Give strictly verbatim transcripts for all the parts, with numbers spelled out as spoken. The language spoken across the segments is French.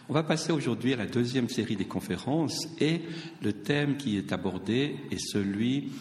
On va passer aujourd'hui à la deuxième série des conférences et le thème qui est abordé est celui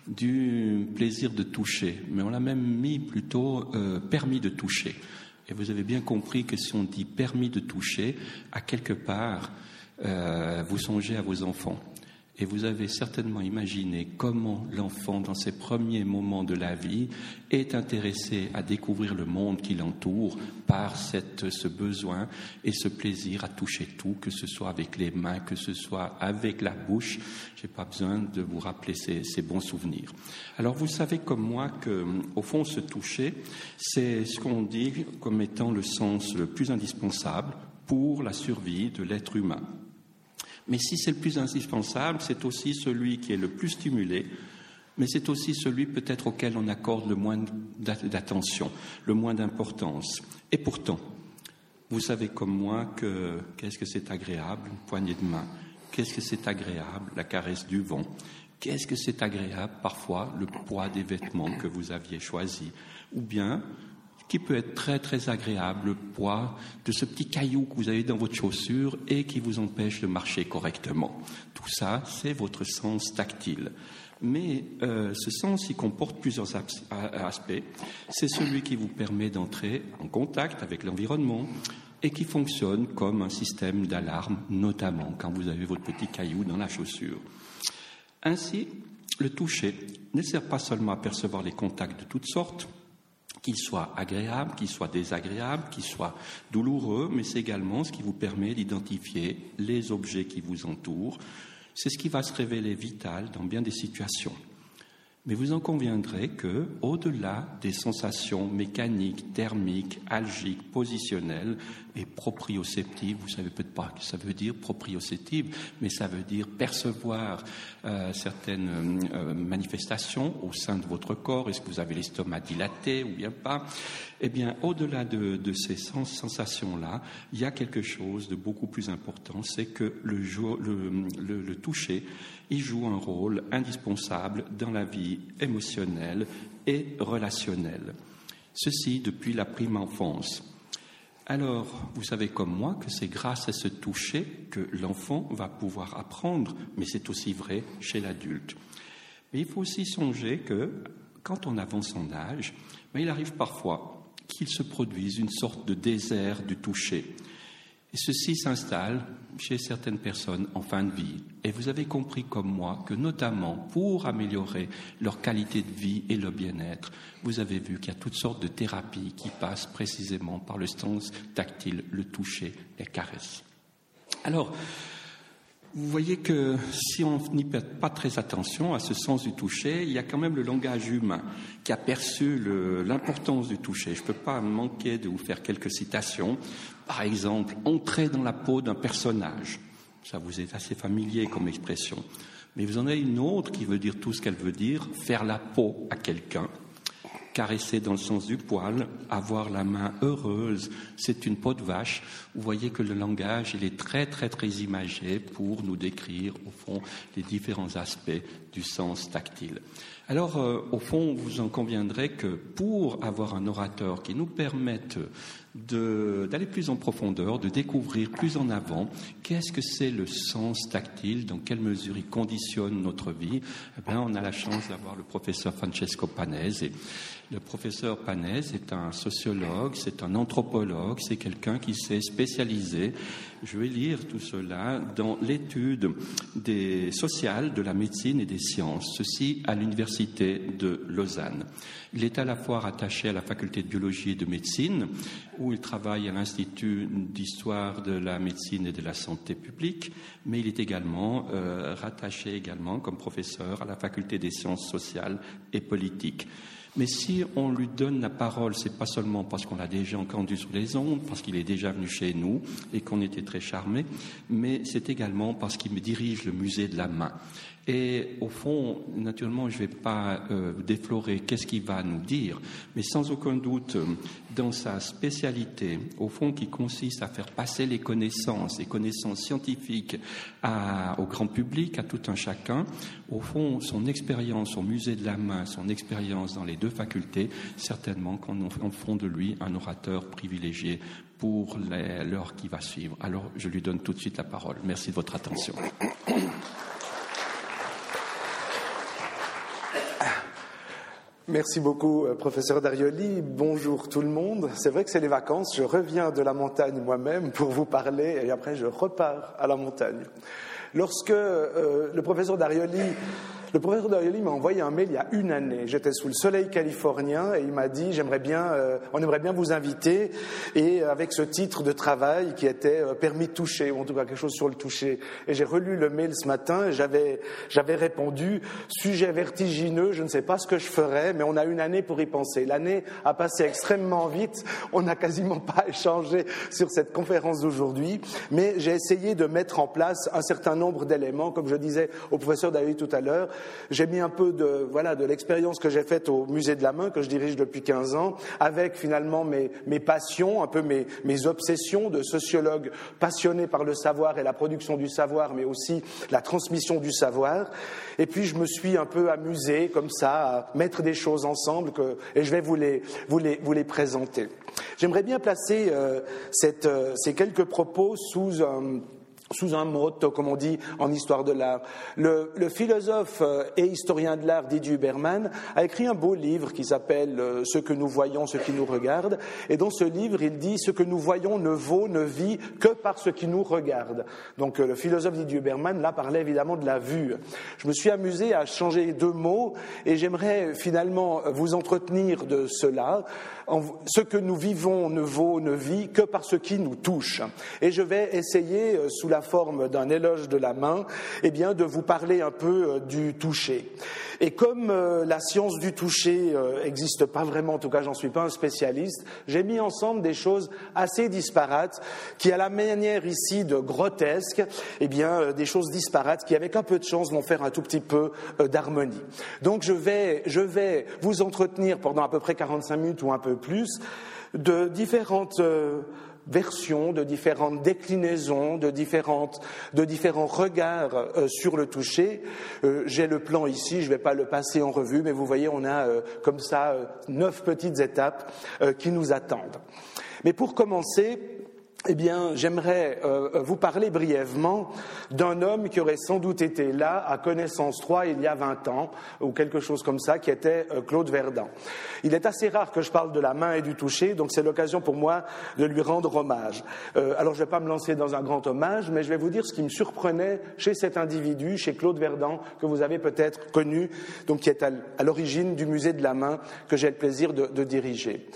du plaisir de toucher. Mais on l'a même mis plutôt euh, permis de toucher. Et vous avez bien compris que si on dit permis de toucher, à quelque part, euh, vous songez à vos enfants. Et vous avez certainement imaginé comment l'enfant, dans ses premiers moments de la vie, est intéressé à découvrir le monde qui l'entoure par cette, ce besoin et ce plaisir à toucher tout, que ce soit avec les mains, que ce soit avec la bouche. Je n'ai pas besoin de vous rappeler ces, ces bons souvenirs. Alors vous savez comme moi qu'au fond, ce toucher, c'est ce qu'on dit comme étant le sens le plus indispensable pour la survie de l'être humain. Mais si c'est le plus indispensable, c'est aussi celui qui est le plus stimulé, mais c'est aussi celui peut-être auquel on accorde le moins d'attention, le moins d'importance. Et pourtant, vous savez comme moi que qu'est-ce que c'est agréable, une poignée de main, qu'est-ce que c'est agréable, la caresse du vent, qu'est-ce que c'est agréable parfois le poids des vêtements que vous aviez choisis, ou bien qui peut être très très agréable, le poids de ce petit caillou que vous avez dans votre chaussure et qui vous empêche de marcher correctement. Tout ça, c'est votre sens tactile. Mais euh, ce sens, il comporte plusieurs aspects. C'est celui qui vous permet d'entrer en contact avec l'environnement et qui fonctionne comme un système d'alarme, notamment quand vous avez votre petit caillou dans la chaussure. Ainsi, le toucher ne sert pas seulement à percevoir les contacts de toutes sortes, qu'ils soient agréables, qu'ils soient désagréables, qu'ils soient douloureux, mais c'est également ce qui vous permet d'identifier les objets qui vous entourent. C'est ce qui va se révéler vital dans bien des situations. Mais vous en conviendrez que, au-delà des sensations mécaniques, thermiques, algiques, positionnelles et proprioceptives, vous savez peut-être pas ce que ça veut dire proprioceptive, mais ça veut dire percevoir euh, certaines euh, manifestations au sein de votre corps. Est-ce que vous avez l'estomac dilaté ou bien pas? Eh bien, au-delà de, de ces sens, sensations-là, il y a quelque chose de beaucoup plus important, c'est que le, le, le, le toucher, il joue un rôle indispensable dans la vie émotionnelle et relationnelle. Ceci depuis la prime enfance. Alors, vous savez comme moi que c'est grâce à ce toucher que l'enfant va pouvoir apprendre, mais c'est aussi vrai chez l'adulte. Mais il faut aussi songer que, quand on avance en âge, mais il arrive parfois qu'il se produise une sorte de désert du toucher. Et ceci s'installe chez certaines personnes en fin de vie. Et vous avez compris comme moi que notamment pour améliorer leur qualité de vie et leur bien-être, vous avez vu qu'il y a toutes sortes de thérapies qui passent précisément par le sens tactile, le toucher, les caresses. Alors, vous voyez que si on n'y prête pas très attention à ce sens du toucher, il y a quand même le langage humain qui a perçu le, l'importance du toucher. Je ne peux pas manquer de vous faire quelques citations. Par exemple, entrer dans la peau d'un personnage. Ça vous est assez familier comme expression. Mais vous en avez une autre qui veut dire tout ce qu'elle veut dire. Faire la peau à quelqu'un. Caresser dans le sens du poil, avoir la main heureuse, c'est une peau de vache. Vous voyez que le langage, il est très, très, très imagé pour nous décrire, au fond, les différents aspects du sens tactile. Alors, euh, au fond, vous en conviendrez que pour avoir un orateur qui nous permette de, d'aller plus en profondeur, de découvrir plus en avant qu'est-ce que c'est le sens tactile, dans quelle mesure il conditionne notre vie, eh bien, on a la chance d'avoir le professeur Francesco Panese. Et le professeur Panese est un sociologue, c'est un anthropologue, c'est quelqu'un qui s'est spécialisé, je vais lire tout cela, dans l'étude des sociales, de la médecine et des sciences, ceci à l'université de Lausanne. Il est à la fois rattaché à la faculté de biologie et de médecine, où il travaille à l'Institut d'histoire de la médecine et de la santé publique, mais il est également euh, rattaché également comme professeur à la faculté des sciences sociales et politiques. Mais si on lui donne la parole, c'est pas seulement parce qu'on l'a déjà entendu sur les ondes, parce qu'il est déjà venu chez nous et qu'on était très charmés, mais c'est également parce qu'il me dirige le musée de la main. Et au fond, naturellement, je ne vais pas euh, déflorer qu'est-ce qu'il va nous dire, mais sans aucun doute, dans sa spécialité, au fond, qui consiste à faire passer les connaissances, les connaissances scientifiques à, au grand public, à tout un chacun, au fond, son expérience au musée de la main, son expérience dans les deux facultés, certainement qu'on en font de lui un orateur privilégié pour les, l'heure qui va suivre. Alors, je lui donne tout de suite la parole. Merci de votre attention. Merci beaucoup, professeur Darioli. Bonjour tout le monde. C'est vrai que c'est les vacances. Je reviens de la montagne moi-même pour vous parler et après je repars à la montagne. Lorsque euh, le professeur Darioli... Le professeur Darioli m'a envoyé un mail il y a une année. J'étais sous le soleil californien et il m'a dit j'aimerais bien, euh, on aimerait bien vous inviter et avec ce titre de travail qui était euh, permis de toucher ou en tout cas quelque chose sur le toucher. Et j'ai relu le mail ce matin et j'avais j'avais répondu sujet vertigineux, je ne sais pas ce que je ferais, mais on a une année pour y penser. L'année a passé extrêmement vite. On n'a quasiment pas échangé sur cette conférence d'aujourd'hui, mais j'ai essayé de mettre en place un certain nombre d'éléments, comme je disais au professeur Darioli tout à l'heure. J'ai mis un peu de, voilà, de l'expérience que j'ai faite au Musée de la Main, que je dirige depuis quinze ans, avec finalement mes, mes passions, un peu mes, mes obsessions de sociologue passionné par le savoir et la production du savoir, mais aussi la transmission du savoir. Et puis je me suis un peu amusé comme ça à mettre des choses ensemble que, et je vais vous les, vous les, vous les présenter. J'aimerais bien placer euh, cette, euh, ces quelques propos sous un... sous un motto, comme on dit en histoire de l'art. Le, le philosophe et historien de l'art Didier Huberman a écrit un beau livre qui s'appelle « Ce que nous voyons, ce qui nous regarde ». Et dans ce livre, il dit « Ce que nous voyons ne vaut, ne vit que par ce qui nous regarde ». Donc le philosophe Didier Huberman, là, parlait évidemment de la vue. Je me suis amusé à changer deux mots et j'aimerais finalement vous entretenir de cela. Ce que nous vivons ne vaut, ne vit que par ce qui nous touche. Et je vais essayer, sous la forme d'un éloge de la main, eh bien, de vous parler un peu du toucher. Et comme euh, la science du toucher n'existe euh, pas vraiment, en tout cas j'en suis pas un spécialiste, j'ai mis ensemble des choses assez disparates qui, à la manière ici de grotesque, eh bien euh, des choses disparates qui, avec un peu de chance, vont faire un tout petit peu euh, d'harmonie. Donc je vais, je vais vous entretenir pendant à peu près quarante-cinq minutes ou un peu plus de différentes euh, versions, de différentes déclinaisons, de, différentes, de différents regards euh, sur le toucher. Euh, j'ai le plan ici, je ne vais pas le passer en revue, mais vous voyez, on a euh, comme ça euh, neuf petites étapes euh, qui nous attendent. Mais pour commencer, eh bien, j'aimerais euh, vous parler brièvement d'un homme qui aurait sans doute été là à Connaissance trois il y a vingt ans, ou quelque chose comme ça, qui était euh, Claude Verdun. Il est assez rare que je parle de la main et du toucher, donc c'est l'occasion pour moi de lui rendre hommage. Euh, alors, je ne vais pas me lancer dans un grand hommage, mais je vais vous dire ce qui me surprenait chez cet individu, chez Claude Verdun, que vous avez peut-être connu, donc qui est à, à l'origine du Musée de la Main que j'ai le plaisir de, de diriger.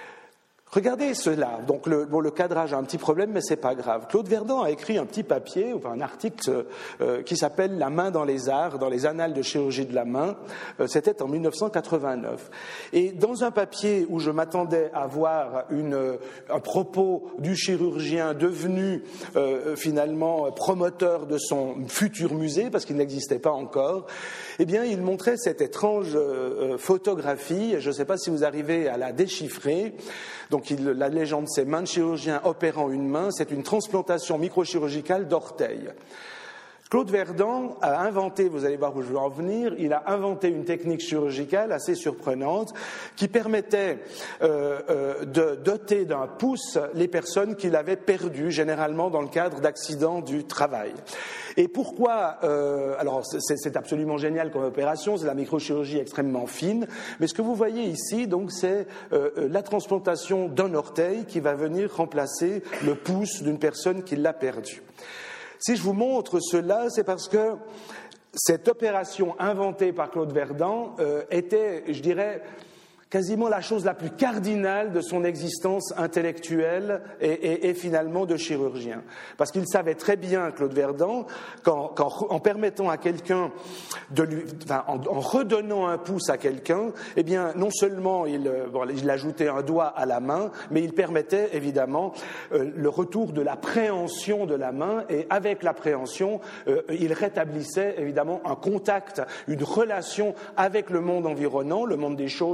Regardez cela. Donc le, bon, le cadrage a un petit problème, mais c'est pas grave. Claude Verdun a écrit un petit papier, enfin un article euh, qui s'appelle « La main dans les arts » dans les Annales de chirurgie de la main. Euh, c'était en dix-neuf cent quatre-vingt-neuf. Et dans un papier où je m'attendais à voir une, un propos du chirurgien devenu euh, finalement promoteur de son futur musée, parce qu'il n'existait pas encore, eh bien il montrait cette étrange euh, photographie. Je ne sais pas si vous arrivez à la déchiffrer. Donc il, la légende, c'est main de chirurgien opérant une main, c'est une transplantation microchirurgicale d'orteil. Claude Verdun a inventé, vous allez voir où je veux en venir, il a inventé une technique chirurgicale assez surprenante qui permettait euh, euh, de doter d'un pouce les personnes qu'il avait perdues, généralement dans le cadre d'accidents du travail. Et pourquoi euh, alors c'est, c'est absolument génial comme opération, c'est la microchirurgie extrêmement fine, mais ce que vous voyez ici, donc, c'est euh, la transplantation d'un orteil qui va venir remplacer le pouce d'une personne qui l'a perdu. Si je vous montre cela, c'est parce que cette opération inventée par Claude Verdun euh, était, je dirais, quasiment la chose la plus cardinale de son existence intellectuelle et, et, et finalement de chirurgien. Parce qu'il savait très bien, Claude Verdun, qu'en, qu'en en permettant à quelqu'un de lui, enfin, en, en redonnant un pouce à quelqu'un, eh bien, non seulement il, bon, il ajoutait un doigt à la main, mais il permettait évidemment euh, le retour de la préhension de la main, et avec la préhension, euh, il rétablissait évidemment un contact, une relation avec le monde environnant, le monde des choses, mais aussi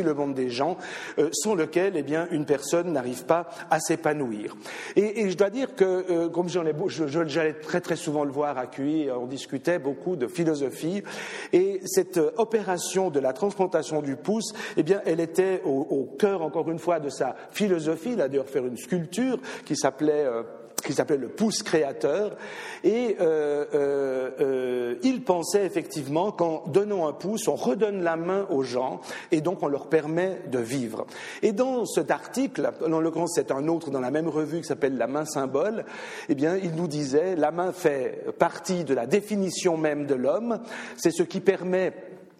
le monde des gens, euh, sans lequel eh bien, une personne n'arrive pas à s'épanouir. Et, et je dois dire que, euh, comme j'en ai, je, je, j'allais très très souvent le voir à Q I, on discutait beaucoup de philosophie, et cette euh, opération de la transplantation du pouce, eh bien, elle était au, au cœur, encore une fois, de sa philosophie. Il a d'ailleurs fait une sculpture qui s'appelait... Euh, qui s'appelait le pouce créateur, et euh, euh, euh, il pensait effectivement qu'en donnant un pouce, on redonne la main aux gens, et donc on leur permet de vivre. Et dans cet article, en l'occurrence c'est un autre dans la même revue qui s'appelle La main symbole, eh bien il nous disait, la main fait partie de la définition même de l'homme, c'est ce qui permet...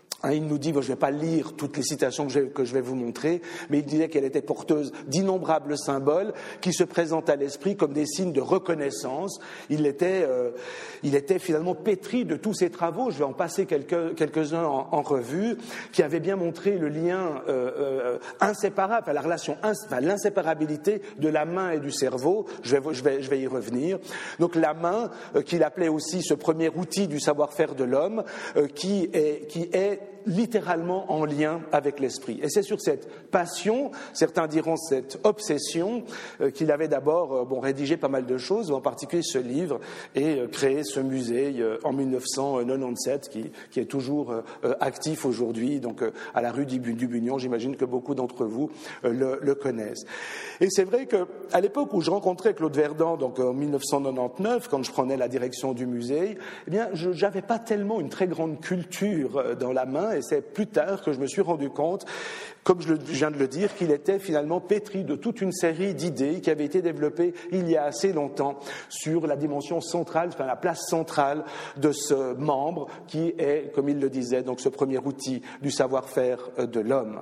Il nous dit, bon, je ne vais pas lire toutes les citations que je, que je vais vous montrer, mais il disait qu'elle était porteuse d'innombrables symboles qui se présentent à l'esprit comme des signes de reconnaissance. Il était, euh, il était finalement pétri de tous ses travaux. Je vais en passer quelques, quelques-uns en, en revue, qui avaient bien montré le lien euh, euh, inséparable, enfin, la relation, enfin, l'inséparabilité de la main et du cerveau. Je vais, je vais, je vais y revenir. Donc la main, euh, qu'il appelait aussi ce premier outil du savoir-faire de l'homme, euh, qui est, qui est littéralement en lien avec l'esprit. Et c'est sur cette passion, certains diront cette obsession, euh, qu'il avait d'abord euh, bon, rédigé pas mal de choses, en particulier ce livre, et euh, créé ce musée euh, en mille neuf cent quatre-vingt-dix-sept, qui, qui est toujours euh, actif aujourd'hui, donc euh, à la rue du Bugnon. J'imagine que beaucoup d'entre vous euh, le, le connaissent. Et c'est vrai qu'à l'époque où je rencontrais Claude Verdon, donc en mille neuf cent quatre-vingt-dix-neuf, quand je prenais la direction du musée, eh bien, je n'avais pas tellement une très grande culture euh, dans la main, et c'est plus tard que je me suis rendu compte, comme je viens de le dire, qu'il était finalement pétri de toute une série d'idées qui avaient été développées il y a assez longtemps sur la dimension centrale, enfin la place centrale de ce membre qui est, comme il le disait, donc ce premier outil du savoir-faire de l'homme.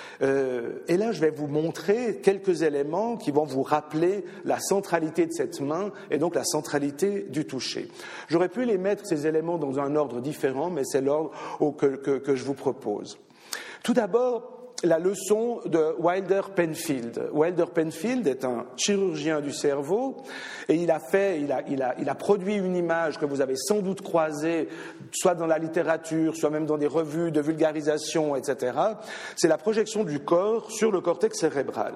Euh, et là, je vais vous montrer quelques éléments qui vont vous rappeler la centralité de cette main et donc la centralité du toucher. J'aurais pu les mettre, ces éléments, dans un ordre différent, mais c'est l'ordre au, que, que, que je vous propose. Tout d'abord, la leçon de Wilder Penfield. Wilder Penfield est un chirurgien du cerveau et il a fait, il a, il a, il a produit une image que vous avez sans doute croisée, soit dans la littérature, soit même dans des revues de vulgarisation, et cetera. C'est la projection du corps sur le cortex cérébral.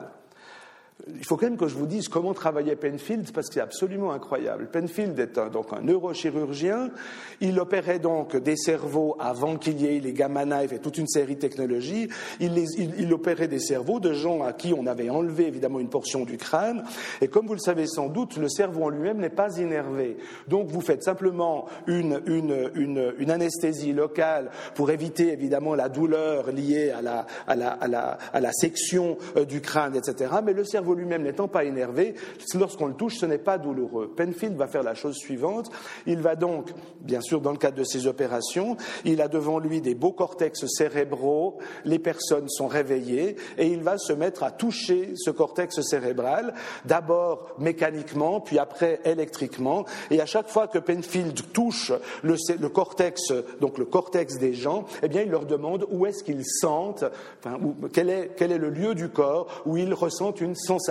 Il faut quand même que je vous dise comment travaillait Penfield, parce que c'est absolument incroyable. Penfield est un, donc un neurochirurgien. Il opérait donc des cerveaux avant qu'il y ait les gamma knives et toute une série de technologies. Il, les, il, il opérait des cerveaux de gens à qui on avait enlevé évidemment une portion du crâne. Et comme vous le savez sans doute, le cerveau en lui-même n'est pas innervé. Donc vous faites simplement une, une, une, une anesthésie locale pour éviter évidemment la douleur liée à la, à la, à la, à la section du crâne, et cetera. Mais le cerveau lui-même n'étant pas énervé, lorsqu'on le touche, ce n'est pas douloureux. Penfield va faire la chose suivante. Il va donc, bien sûr, dans le cadre de ces opérations, il a devant lui des beaux cortex cérébraux, les personnes sont réveillées, et il va se mettre à toucher ce cortex cérébral, d'abord mécaniquement, puis après électriquement, et à chaque fois que Penfield touche le, le cortex, donc le cortex des gens, eh bien, il leur demande où est-ce qu'ils sentent, enfin, où, quel est, quel est le lieu du corps où ils ressentent une sensation.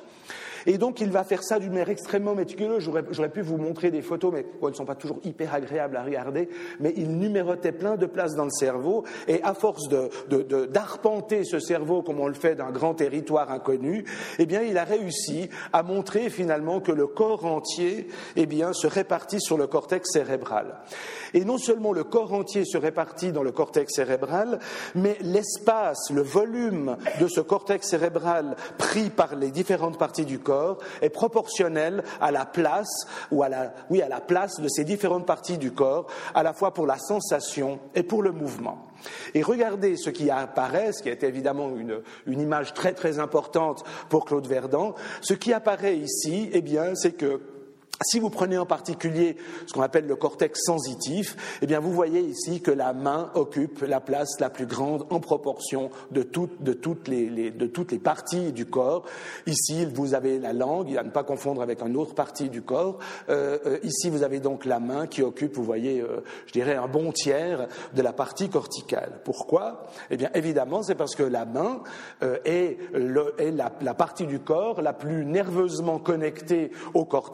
Et donc, il va faire ça d'une manière extrêmement méticuleuse. J'aurais, j'aurais pu vous montrer des photos, mais bon, elles ne sont pas toujours hyper agréables à regarder. Mais il numérotait plein de places dans le cerveau. Et à force de, de, de, d'arpenter ce cerveau, comme on le fait d'un grand territoire inconnu, eh bien, il a réussi à montrer finalement que le corps entier, eh bien, se répartit sur le cortex cérébral. Et non seulement le corps entier se répartit dans le cortex cérébral, mais l'espace, le volume de ce cortex cérébral pris par les différentes parties du corps est proportionnel à la place ou à la, oui, à la place de ces différentes parties du corps, à la fois pour la sensation et pour le mouvement. Et regardez ce qui apparaît, ce qui est évidemment une, une image très très importante pour Claude Verdon. Ce qui apparaît ici, eh bien, c'est que si vous prenez en particulier ce qu'on appelle le cortex sensitif, eh bien vous voyez ici que la main occupe la place la plus grande en proportion de, tout, de, toutes, les, les, de toutes les parties du corps. Ici, vous avez la langue, à ne pas confondre avec une autre partie du corps. Euh, euh, ici, vous avez donc la main qui occupe, vous voyez, euh, je dirais un bon tiers de la partie corticale. Pourquoi ? Eh bien, évidemment, c'est parce que la main euh, est, le, est la, la partie du corps la plus nerveusement connectée au cortex.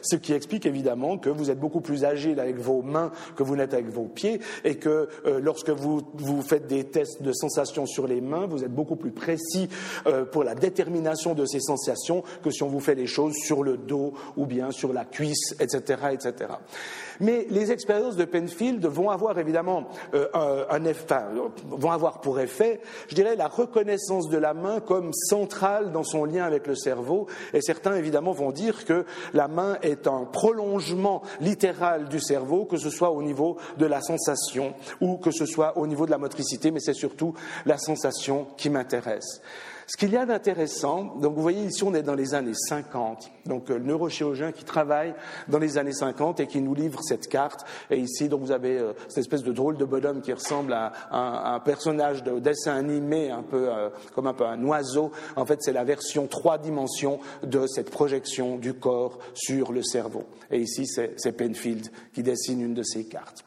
ce qui explique évidemment que vous êtes beaucoup plus agile avec vos mains que vous n'êtes avec vos pieds, et que euh, lorsque vous, vous faites des tests de sensations sur les mains, vous êtes beaucoup plus précis euh, pour la détermination de ces sensations que si on vous fait les choses sur le dos ou bien sur la cuisse, et cetera, et cetera. Mais les expériences de Penfield vont avoir évidemment euh, un, un effet, enfin, vont avoir pour effet, je dirais, la reconnaissance de la main comme centrale dans son lien avec le cerveau. Et certains évidemment vont dire que la main est un prolongement littéral du cerveau, que ce soit au niveau de la sensation ou que ce soit au niveau de la motricité, mais c'est surtout la sensation qui m'intéresse. Ce qu'il y a d'intéressant, donc vous voyez ici on est dans les années cinquante, donc le neurochirurgien qui travaille dans les années cinquante et qui nous livre cette carte, et ici donc vous avez euh, cette espèce de drôle de bonhomme qui ressemble à, à, à un personnage de dessin animé, un peu euh, comme un peu un oiseau. En fait c'est la version trois dimensions de cette projection du corps sur le cerveau, et ici c'est, c'est Penfield qui dessine une de ces cartes.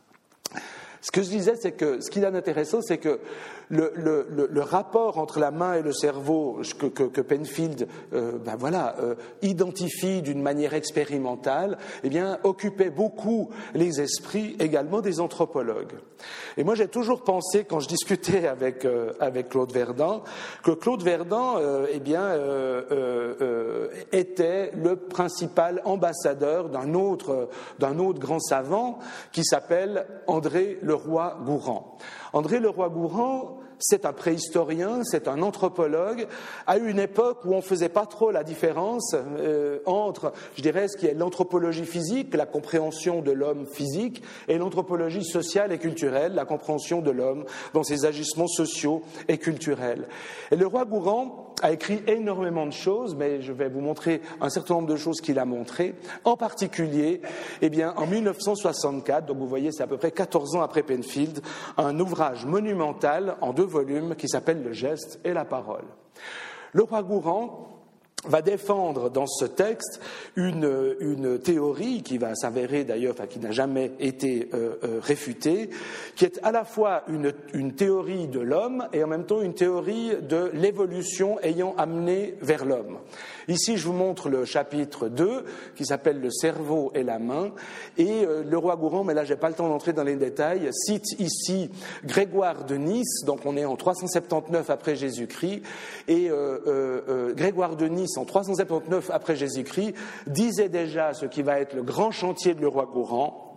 Ce que je disais, c'est que ce qu'il y a d'intéressant, c'est que le, le, le, le rapport entre la main et le cerveau que, que, que Penfield euh, ben voilà, euh, identifie d'une manière expérimentale, eh bien, occupait beaucoup les esprits également des anthropologues. Et moi, j'ai toujours pensé, quand je discutais avec, euh, avec Claude Verdun, que Claude Verdun euh, eh bien, euh, euh, euh, était le principal ambassadeur d'un autre, d'un autre grand savant qui s'appelle André Leroi-Gourhan. André Leroi-Gourhan, c'est un préhistorien, c'est un anthropologue, à une époque où on ne faisait pas trop la différence euh, entre, je dirais, ce qui est l'anthropologie physique, la compréhension de l'homme physique, et l'anthropologie sociale et culturelle, la compréhension de l'homme dans ses agissements sociaux et culturels. Et Leroi-Gourhan a écrit énormément de choses, mais je vais vous montrer un certain nombre de choses qu'il a montrées. En particulier, eh bien, en mille neuf cent soixante-quatre, donc vous voyez, c'est à peu près quatorze ans après Penfield, un ouvrage monumental en deux volumes qui s'appelle Le geste et la parole. Leroi-Gourhan va défendre dans ce texte une, une théorie qui va s'avérer d'ailleurs, enfin qui n'a jamais été euh, euh, réfutée, qui est à la fois une, une théorie de l'homme et en même temps une théorie de l'évolution ayant amené vers l'homme. Ici, je vous montre le chapitre deux qui s'appelle « Le cerveau et la main » et euh, Leroi-Gourhan, mais là j'ai pas le temps d'entrer dans les détails, cite ici Grégoire de Nice, donc on est en trois cent soixante-dix-neuf après Jésus-Christ, et euh, euh, euh, Grégoire de Nice en trois cent soixante-dix-neuf après Jésus-Christ disait déjà ce qui va être le grand chantier de Leroi-Gourhan.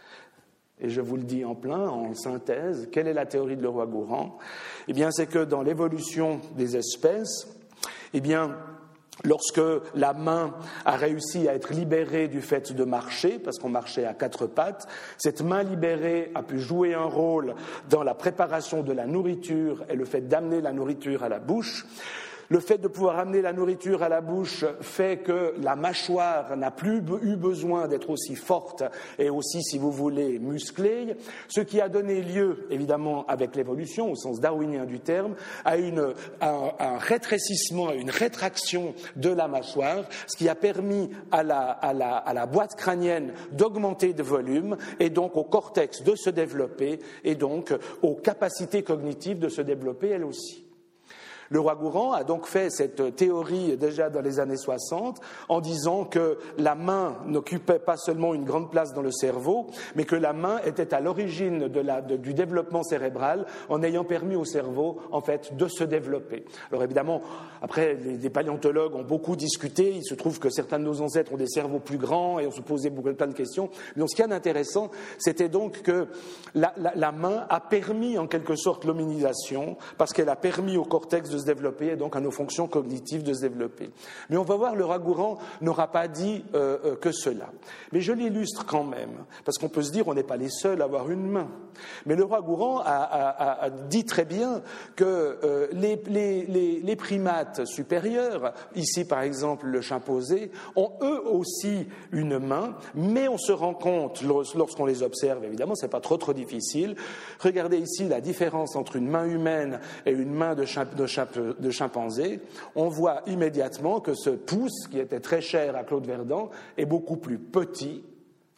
Et je vous le dis en plein, en synthèse, quelle est la théorie de Leroi-Gourhan ? Eh bien, c'est que dans l'évolution des espèces, eh bien, lorsque la main a réussi à être libérée du fait de marcher, parce qu'on marchait à quatre pattes, cette main libérée a pu jouer un rôle dans la préparation de la nourriture et le fait d'amener la nourriture à la bouche. Le fait de pouvoir amener la nourriture à la bouche fait que la mâchoire n'a plus eu besoin d'être aussi forte et aussi, si vous voulez, musclée, ce qui a donné lieu, évidemment, avec l'évolution, au sens darwinien du terme, à, une, à un, à un rétrécissement, à une rétraction de la mâchoire, ce qui a permis à la, à la, à la boîte crânienne d'augmenter de volume et donc au cortex de se développer et donc aux capacités cognitives de se développer elle aussi. Leroi-Gourhan a donc fait cette théorie déjà dans les années soixante en disant que la main n'occupait pas seulement une grande place dans le cerveau, mais que la main était à l'origine de la, de, du développement cérébral en ayant permis au cerveau en fait de se développer. Alors évidemment, après les, les paléontologues ont beaucoup discuté, il se trouve que certains de nos ancêtres ont des cerveaux plus grands et on se posait beaucoup, plein de questions. Mais donc ce qui est intéressant, c'était donc que la, la, la main a permis en quelque sorte l'hominisation parce qu'elle a permis au cortex de se développer et donc à nos fonctions cognitives de se développer. Mais on va voir, Leroi-Gourhan n'aura pas dit euh, euh, que cela. Mais je l'illustre quand même, parce qu'on peut se dire on n'est pas les seuls à avoir une main. Mais Leroi-Gourhan a, a, a dit très bien que euh, les, les, les, les primates supérieurs, ici par exemple le chimpanzé, ont eux aussi une main, mais on se rend compte lorsqu'on les observe, évidemment, c'est pas trop trop difficile. Regardez ici la différence entre une main humaine et une main de, chimp- de, chimp- de chimpanzé. On voit immédiatement que ce pouce, qui était très cher à Claude Verdun, est beaucoup plus petit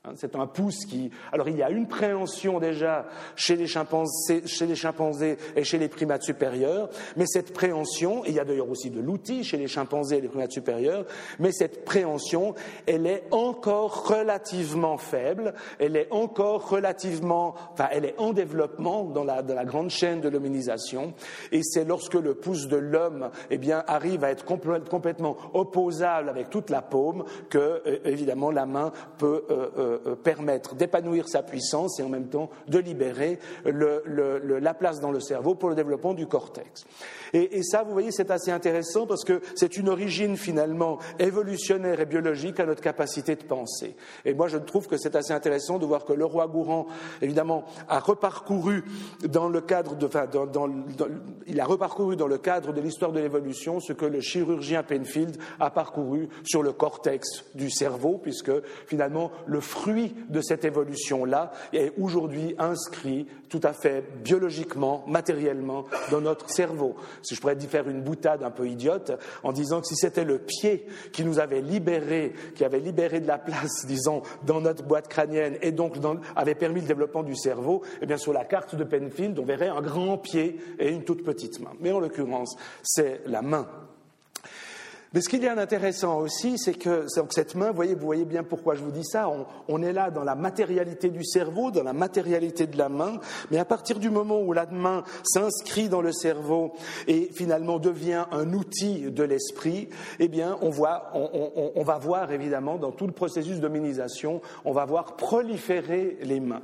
C'est un pouce qui... Alors, il y a une préhension déjà chez les chimpanzés, chez les chimpanzés et chez les primates supérieurs, mais cette préhension, et il y a d'ailleurs aussi de l'outil chez les chimpanzés et les primates supérieurs, mais cette préhension, elle est encore relativement faible, elle est encore relativement... Enfin, elle est en développement dans la, dans la grande chaîne de l'hominisation, et c'est lorsque le pouce de l'homme, eh bien, arrive à être complè- complètement opposable avec toute la paume que, euh, évidemment, la main peut... Euh, euh, permettre d'épanouir sa puissance et en même temps de libérer le, le, le, la place dans le cerveau pour le développement du cortex. Et, et ça, vous voyez, c'est assez intéressant parce que c'est une origine finalement évolutionnaire et biologique à notre capacité de penser. Et moi, je trouve que c'est assez intéressant de voir que le roi Gourand, évidemment, a reparcouru dans le cadre de, enfin, dans, dans, dans, il a reparcouru dans le cadre de l'histoire de l'évolution ce que le chirurgien Penfield a parcouru sur le cortex du cerveau, puisque finalement le fruit de cette évolution-là est aujourd'hui inscrit tout à fait biologiquement, matériellement dans notre cerveau. Si je pourrais faire une boutade un peu idiote en disant que si c'était le pied qui nous avait libéré, qui avait libéré de la place, disons, dans notre boîte crânienne et donc dans, avait permis le développement du cerveau, eh bien sur la carte de Penfield, on verrait un grand pied et une toute petite main. Mais en l'occurrence, c'est la main. Mais ce qu'il y a d'intéressant aussi, c'est que donc cette main, vous voyez, vous voyez bien pourquoi je vous dis ça, on, on est là dans la matérialité du cerveau, dans la matérialité de la main, mais à partir du moment où la main s'inscrit dans le cerveau et finalement devient un outil de l'esprit, eh bien on, voit, on, on, on va voir évidemment dans tout le processus d'hominisation, on va voir proliférer les mains.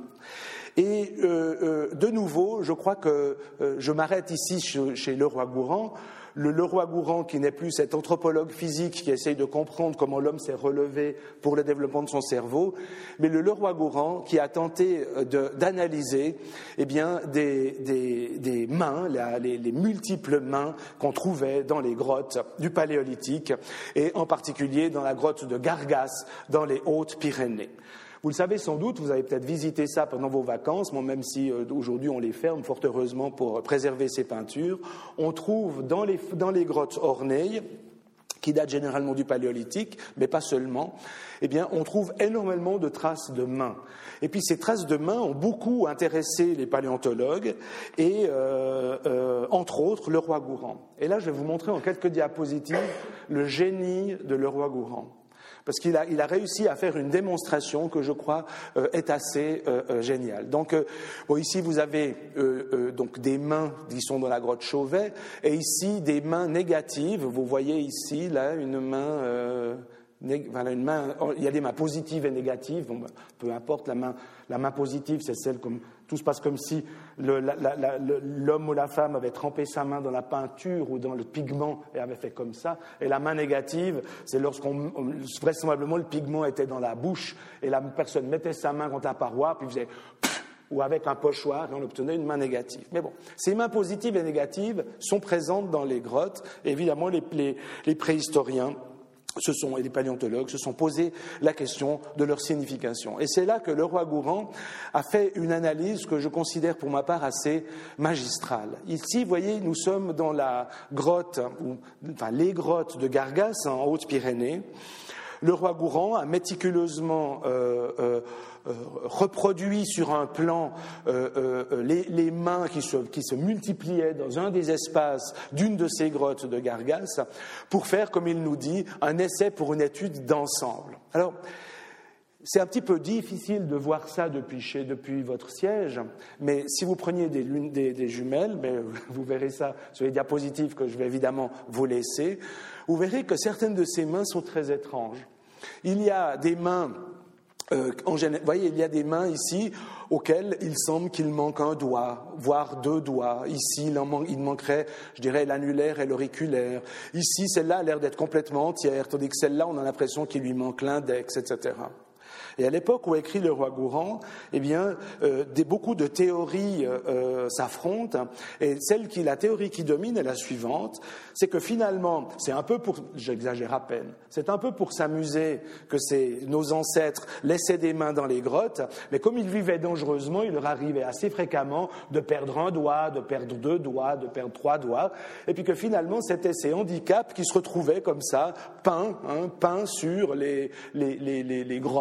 Et euh, euh, de nouveau, je crois que euh, je m'arrête ici chez, chez Leroi-Gourhan. Le Leroi-Gourhan, qui n'est plus cet anthropologue physique qui essaye de comprendre comment l'homme s'est relevé pour le développement de son cerveau, mais le Leroi-Gourhan qui a tenté de, d'analyser eh bien, des, des, des mains, les, les multiples mains qu'on trouvait dans les grottes du Paléolithique, et en particulier dans la grotte de Gargasse, dans les Hautes-Pyrénées. Vous le savez sans doute, vous avez peut-être visité ça pendant vos vacances, bon, même si euh, aujourd'hui on les ferme, fort heureusement, pour préserver ces peintures. On trouve dans les, dans les grottes ornées, qui datent généralement du Paléolithique, mais pas seulement, eh bien, on trouve énormément de traces de mains. Et puis ces traces de mains ont beaucoup intéressé les paléontologues, et euh, euh, entre autres Leroi-Gourhan. Et là, je vais vous montrer en quelques diapositives le génie de Leroi-Gourhan. Parce qu'il a, il a réussi à faire une démonstration que je crois euh, est assez euh, euh, géniale. Donc, euh, bon, ici vous avez euh, euh, donc des mains qui sont dans la grotte Chauvet, et ici des mains négatives. Vous voyez ici là une main, euh, né, voilà, une main. Il y a des mains positives et négatives. Bon, ben, peu importe, la main, la main positive, c'est celle comme tout se passe comme si le, la, la, la, l'homme ou la femme avait trempé sa main dans la peinture ou dans le pigment et avait fait comme ça. Et la main négative, c'est lorsqu'on, vraisemblablement, le pigment était dans la bouche et la personne mettait sa main contre la paroi, puis faisait pff, ou avec un pochoir, et on obtenait une main négative. Mais bon, ces mains positives et négatives sont présentes dans les grottes. Et évidemment, les, les, les préhistoriens Ce sont, et les paléontologues se sont posé la question de leur signification. Et c'est là que Leroi-Gourhan a fait une analyse que je considère pour ma part assez magistrale. Ici, vous voyez, nous sommes dans la grotte, ou, enfin les grottes de Gargasse en Haute-Pyrénées. Leroi-Gourhan a méticuleusement euh, euh, euh, reproduit sur un plan euh, euh, les, les mains qui se, qui se multipliaient dans un des espaces d'une de ces grottes de Gargasse pour faire, comme il nous dit, un essai pour une étude d'ensemble. Alors, c'est un petit peu difficile de voir ça depuis, chez, depuis votre siège, mais si vous preniez des, des, des jumelles, mais vous verrez ça sur les diapositives que je vais évidemment vous laisser, vous verrez que certaines de ces mains sont très étranges. Il y a des mains, euh, en général, vous voyez, il y a des mains ici auxquelles il semble qu'il manque un doigt, voire deux doigts. Ici, il, en man- il manquerait, je dirais, l'annulaire et l'auriculaire. Ici, celle-là a l'air d'être complètement entière, tandis que celle-là, on a l'impression qu'il lui manque l'index, et cetera. Et à l'époque où écrit Leroi-Gourhan, eh bien, euh, des, beaucoup de théories euh, s'affrontent. Et celle qui, la théorie qui domine est la suivante, c'est que finalement, c'est un peu pour, j'exagère à peine, c'est un peu pour s'amuser que c'est, nos ancêtres laissaient des mains dans les grottes, mais comme ils vivaient dangereusement, il leur arrivait assez fréquemment de perdre un doigt, de perdre deux doigts, de perdre trois doigts, et puis que finalement, c'était ces handicaps qui se retrouvaient comme ça, peints, hein, peints sur les, les, les, les, les grottes, les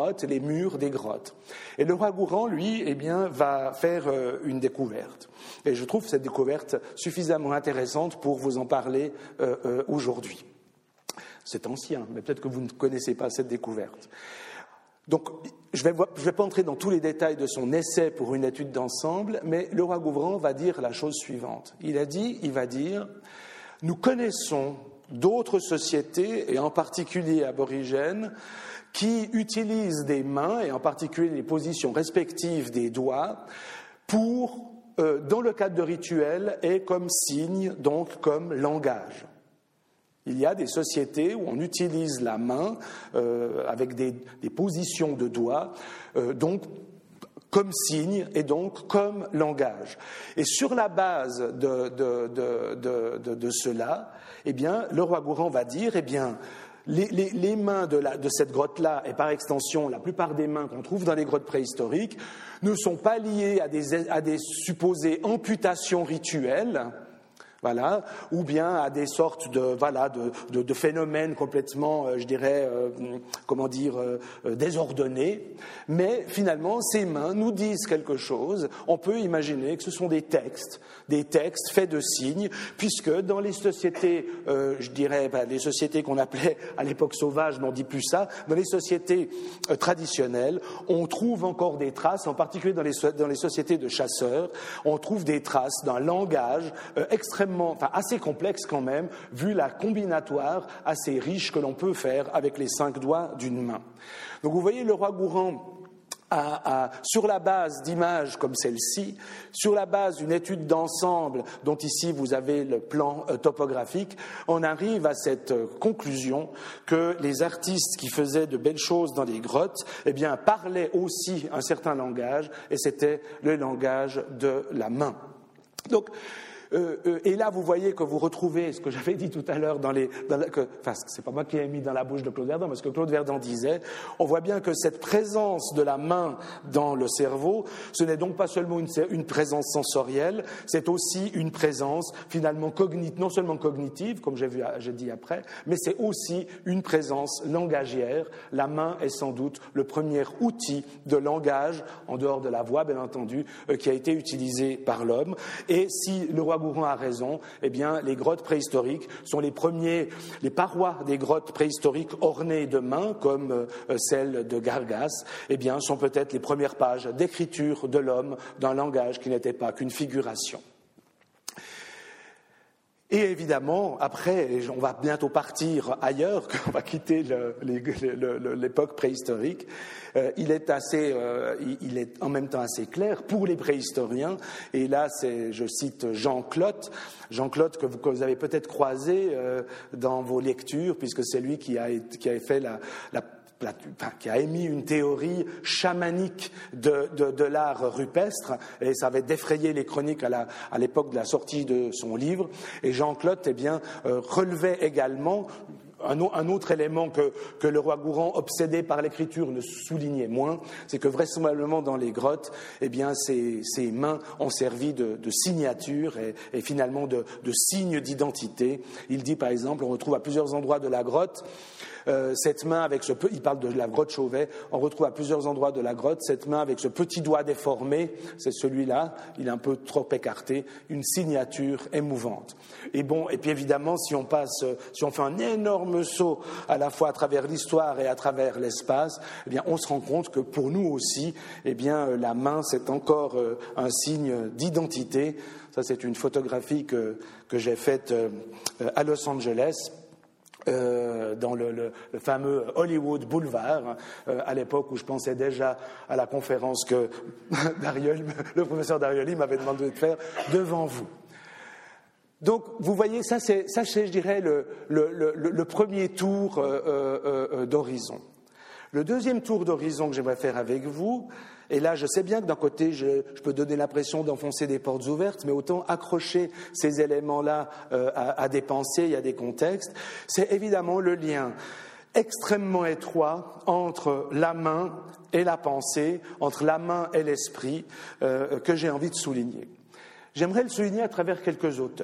murs des grottes. Et le roi Gourand, lui, eh bien, va faire euh, une découverte. Et je trouve cette découverte suffisamment intéressante pour vous en parler euh, euh, aujourd'hui. C'est ancien, mais peut-être que vous ne connaissez pas cette découverte. Donc, je ne vais, je vais pas entrer dans tous les détails de son essai pour une étude d'ensemble, mais le roi Gourand va dire la chose suivante. Il a dit, il va dire, nous connaissons d'autres sociétés, et en particulier aborigènes, qui utilisent des mains, et en particulier les positions respectives des doigts, pour, euh, dans le cadre de rituels, et comme signe, donc comme langage. Il y a des sociétés où on utilise la main euh, avec des, des positions de doigts, euh, donc comme signe et donc comme langage. Et sur la base de, de, de, de, de, de cela, eh bien, le roi Gourand va dire, eh bien, les, les, les mains de, la, de cette grotte-là, et par extension la plupart des mains qu'on trouve dans les grottes préhistoriques, ne sont pas liées à des, à des supposées amputations rituelles, voilà, ou bien à des sortes de, voilà, de, de, de phénomènes complètement, euh, je dirais, euh, comment dire, euh, désordonnés. Mais finalement, ces mains nous disent quelque chose. On peut imaginer que ce sont des textes, des textes faits de signes, puisque dans les sociétés, euh, je dirais, ben, les sociétés qu'on appelait à l'époque sauvages, mais on ne dit plus ça, dans les sociétés euh, traditionnelles, on trouve encore des traces, en particulier dans les, dans les sociétés de chasseurs, on trouve des traces d'un langage euh, extrêmement Enfin, assez complexe quand même, vu la combinatoire assez riche que l'on peut faire avec les cinq doigts d'une main. Donc vous voyez, le roi Gourand, a, a, sur la base d'images comme celle-ci, sur la base d'une étude d'ensemble dont ici vous avez le plan euh, topographique, on arrive à cette euh, conclusion que les artistes qui faisaient de belles choses dans les grottes, eh bien, parlaient aussi un certain langage, et c'était le langage de la main. Donc, Euh, euh, et là, vous voyez que vous retrouvez ce que j'avais dit tout à l'heure dans les... Dans la, que, enfin, c'est pas moi qui ai mis dans la bouche de Claude Verdon, mais ce que Claude Verdon disait, on voit bien que cette présence de la main dans le cerveau, ce n'est donc pas seulement une, une présence sensorielle, c'est aussi une présence finalement cognitive, non seulement cognitive, comme j'ai, vu, j'ai dit après, mais c'est aussi une présence langagière. La main est sans doute le premier outil de langage, en dehors de la voix, bien entendu, euh, qui a été utilisé par l'homme. Et si le roi Gourand a raison, eh bien, les grottes préhistoriques sont les premiers, les parois des grottes préhistoriques ornées de mains, comme euh, celle de Gargas, eh bien, sont peut-être les premières pages d'écriture de l'homme d'un langage qui n'était pas qu'une figuration. Et évidemment, après, on va bientôt partir ailleurs, on va quitter le, le, le, l'époque préhistorique, euh, il est assez, euh, il est en même temps assez clair pour les préhistoriens, et là, c'est, je cite Jean Clotte, Jean Clotte que vous, que vous avez peut-être croisé euh, dans vos lectures, puisque c'est lui qui a, qui a fait la, la qui a émis une théorie chamanique de, de, de l'art rupestre, et ça avait défrayé les chroniques à, la, à l'époque de la sortie de son livre. Et Jean Clotte, eh bien, euh, relevait également un, un autre élément que, que le roi Gourand, obsédé par l'écriture, ne soulignait moins, c'est que vraisemblablement dans les grottes, eh bien, ces, ces mains ont servi de, de signature et, et finalement de, de signe d'identité. Il dit par exemple, on retrouve à plusieurs endroits de la grotte, Euh, cette main avec ce peu, il parle de la grotte Chauvet, on retrouve à plusieurs endroits de la grotte cette main avec ce petit doigt déformé, c'est celui-là, il est un peu trop écarté, une signature émouvante. Et bon, et puis évidemment, si on passe, si on fait un énorme saut à la fois à travers l'histoire et à travers l'espace, eh bien, on se rend compte que pour nous aussi, eh bien, la main, c'est encore euh, un signe d'identité. Ça, c'est une photographie que, que j'ai faite euh, à Los Angeles. Euh, dans le, le, le fameux Hollywood Boulevard, euh, à l'époque où je pensais déjà à la conférence que Darioli, le professeur Darioli m'avait demandé de faire devant vous. Donc, vous voyez, ça c'est, ça, c'est je dirais, le, le, le, le premier tour euh, euh, euh, d'horizon. Le deuxième tour d'horizon que j'aimerais faire avec vous, et là, je sais bien que d'un côté, je, je peux donner l'impression d'enfoncer des portes ouvertes, mais autant accrocher ces éléments-là euh, à, à des pensées et à des contextes, c'est évidemment le lien extrêmement étroit entre la main et la pensée, entre la main et l'esprit, euh, que j'ai envie de souligner. J'aimerais le souligner à travers quelques auteurs.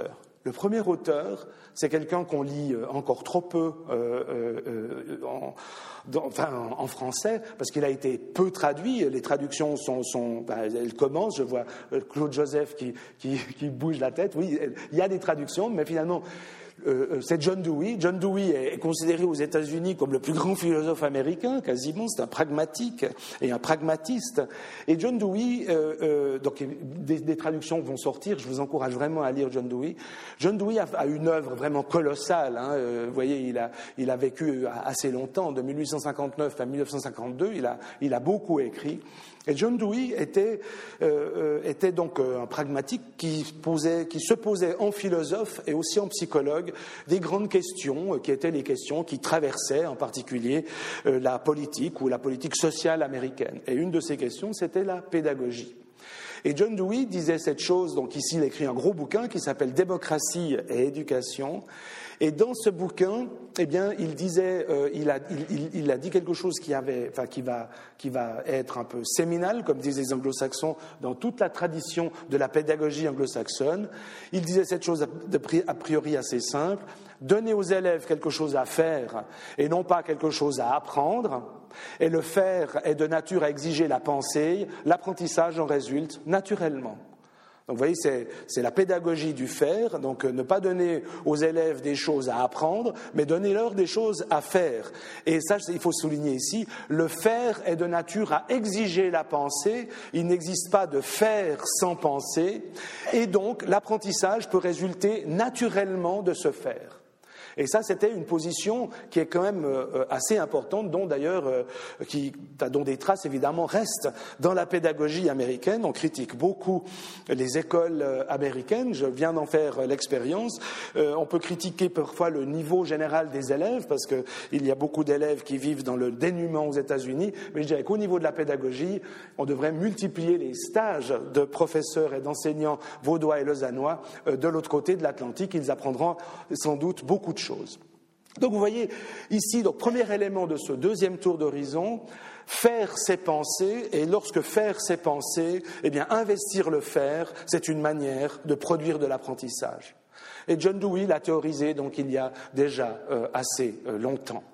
Le premier auteur, c'est quelqu'un qu'on lit encore trop peu euh, euh, en, dans, enfin, en français, parce qu'il a été peu traduit. Les traductions sont, sont ben, elles commencent. Je vois Claude Joseph qui, qui, qui bouge la tête. Oui, il y a des traductions, mais finalement, euh, c'est John Dewey. John Dewey est considéré aux États-Unis comme le plus grand philosophe américain, quasiment. C'est un pragmatique et un pragmatiste. Et John Dewey, euh, euh, donc des, des traductions vont sortir. Je vous encourage vraiment à lire John Dewey. John Dewey a, a une œuvre vraiment colossale. Hein. Euh, vous voyez, il a, il a vécu assez longtemps, de mille huit cent cinquante-neuf à mille neuf cent cinquante-deux. Il a, il a beaucoup écrit. Et John Dewey était, euh, était donc un pragmatique qui, posait, qui se posait en philosophe et aussi en psychologue des grandes questions qui étaient les questions qui traversaient en particulier euh, la politique ou la politique sociale américaine. Et une de ces questions, c'était la pédagogie. Et John Dewey disait cette chose, donc ici il écrit un gros bouquin qui s'appelle « Démocratie et éducation ». Et dans ce bouquin, eh bien, il disait, euh, il, a, il, il a dit quelque chose qui, avait, enfin, qui, va, qui va être un peu séminal, comme disent les anglo-saxons, dans toute la tradition de la pédagogie anglo-saxonne. Il disait cette chose a priori assez simple: donner aux élèves quelque chose à faire et non pas quelque chose à apprendre. Et le faire est de nature à exiger la pensée, l'apprentissage en résulte naturellement. Donc vous voyez, c'est, c'est la pédagogie du faire, donc ne pas donner aux élèves des choses à apprendre, mais donner-leur des choses à faire. Et ça, il faut souligner ici, le faire est de nature à exiger la pensée, il n'existe pas de faire sans penser, et donc l'apprentissage peut résulter naturellement de ce faire. Et ça, c'était une position qui est quand même euh, assez importante, dont d'ailleurs, euh, qui, dont des traces évidemment restent dans la pédagogie américaine. On critique beaucoup les écoles euh, américaines. Je viens d'en faire euh, l'expérience. Euh, on peut critiquer parfois le niveau général des élèves, parce que il y a beaucoup d'élèves qui vivent dans le dénuement aux États-Unis. Mais je dirais qu'au niveau de la pédagogie, on devrait multiplier les stages de professeurs et d'enseignants vaudois et lausannois euh, de l'autre côté de l'Atlantique. Ils apprendront sans doute beaucoup de choses. Donc vous voyez ici, donc premier élément de ce deuxième tour d'horizon, faire ses pensées, et lorsque faire ses pensées, eh bien investir le faire, c'est une manière de produire de l'apprentissage. Et John Dewey l'a théorisé donc il y a déjà euh, assez euh, longtemps.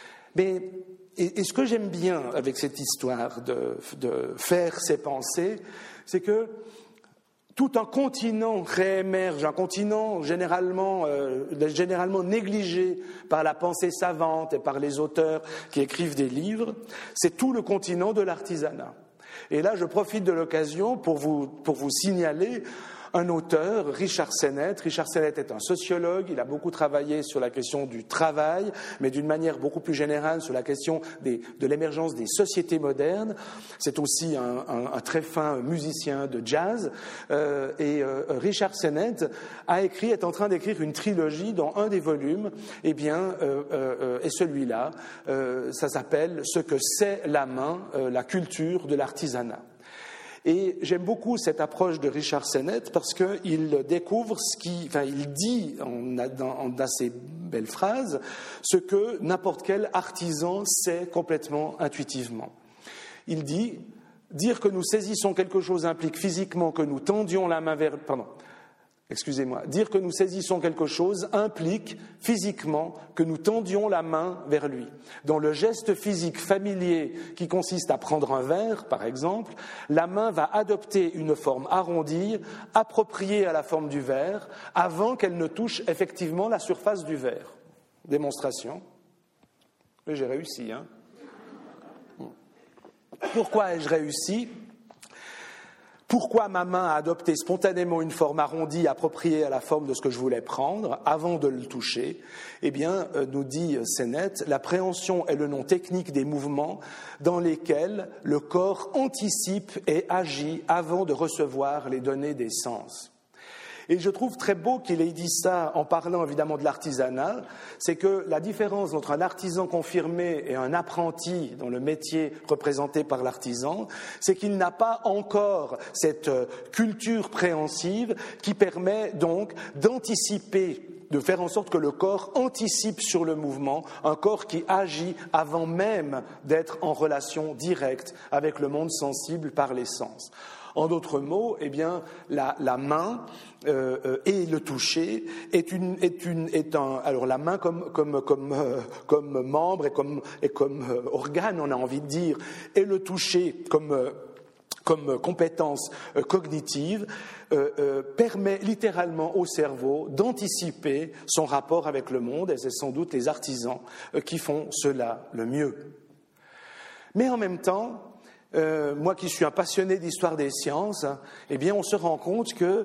Mais et, et ce que j'aime bien avec cette histoire de, de faire ses pensées, c'est que tout un continent réémerge, un continent généralement, euh, généralement négligé par la pensée savante et par les auteurs qui écrivent des livres, c'est tout le continent de l'artisanat. Et là, je profite de l'occasion pour vous, pour vous signaler un auteur, Richard Sennett. Richard Sennett est un sociologue, il a beaucoup travaillé sur la question du travail, mais d'une manière beaucoup plus générale sur la question des, de l'émergence des sociétés modernes. C'est aussi un, un, un très fin musicien de jazz. Euh, et euh, Richard Sennett a écrit, est en train d'écrire une trilogie dont un des volumes, eh bien, euh, euh, est celui-là. Euh, ça s'appelle « Ce que c'est la main, euh, la culture de l'artisanat ». Et j'aime beaucoup cette approche de Richard Sennett parce qu'il découvre ce qui, enfin, il dit en, en d'assez belles phrases ce que n'importe quel artisan sait complètement intuitivement. Il dit dire que nous saisissons quelque chose implique physiquement que nous tendions la main vers, pardon. Excusez-moi, dire que nous saisissons quelque chose implique physiquement que nous tendions la main vers lui. Dans le geste physique familier qui consiste à prendre un verre, par exemple, la main va adopter une forme arrondie, appropriée à la forme du verre, avant qu'elle ne touche effectivement la surface du verre. Démonstration. Et j'ai réussi, hein. Pourquoi ai-je réussi ? Pourquoi ma main a adopté spontanément une forme arrondie appropriée à la forme de ce que je voulais prendre avant de le toucher ? Eh bien, nous dit Sennett, la préhension est le nom technique des mouvements dans lesquels le corps anticipe et agit avant de recevoir les données des sens. Et je trouve très beau qu'il ait dit ça en parlant évidemment de l'artisanat, c'est que la différence entre un artisan confirmé et un apprenti dans le métier représenté par l'artisan, c'est qu'il n'a pas encore cette culture préhensive qui permet donc d'anticiper de faire en sorte que le corps anticipe sur le mouvement, un corps qui agit avant même d'être en relation directe avec le monde sensible par les sens. En d'autres mots, eh bien, la, la main euh, euh, et le toucher est une, est une, est un. Alors la main comme comme comme euh, comme membre et comme et comme euh, organe, on a envie de dire, et le toucher comme euh, comme compétence euh, cognitive euh, euh, permet littéralement au cerveau d'anticiper son rapport avec le monde, et c'est sans doute les artisans euh, qui font cela le mieux. Mais en même temps, Euh, moi qui suis un passionné d'histoire des sciences, eh bien on se rend compte que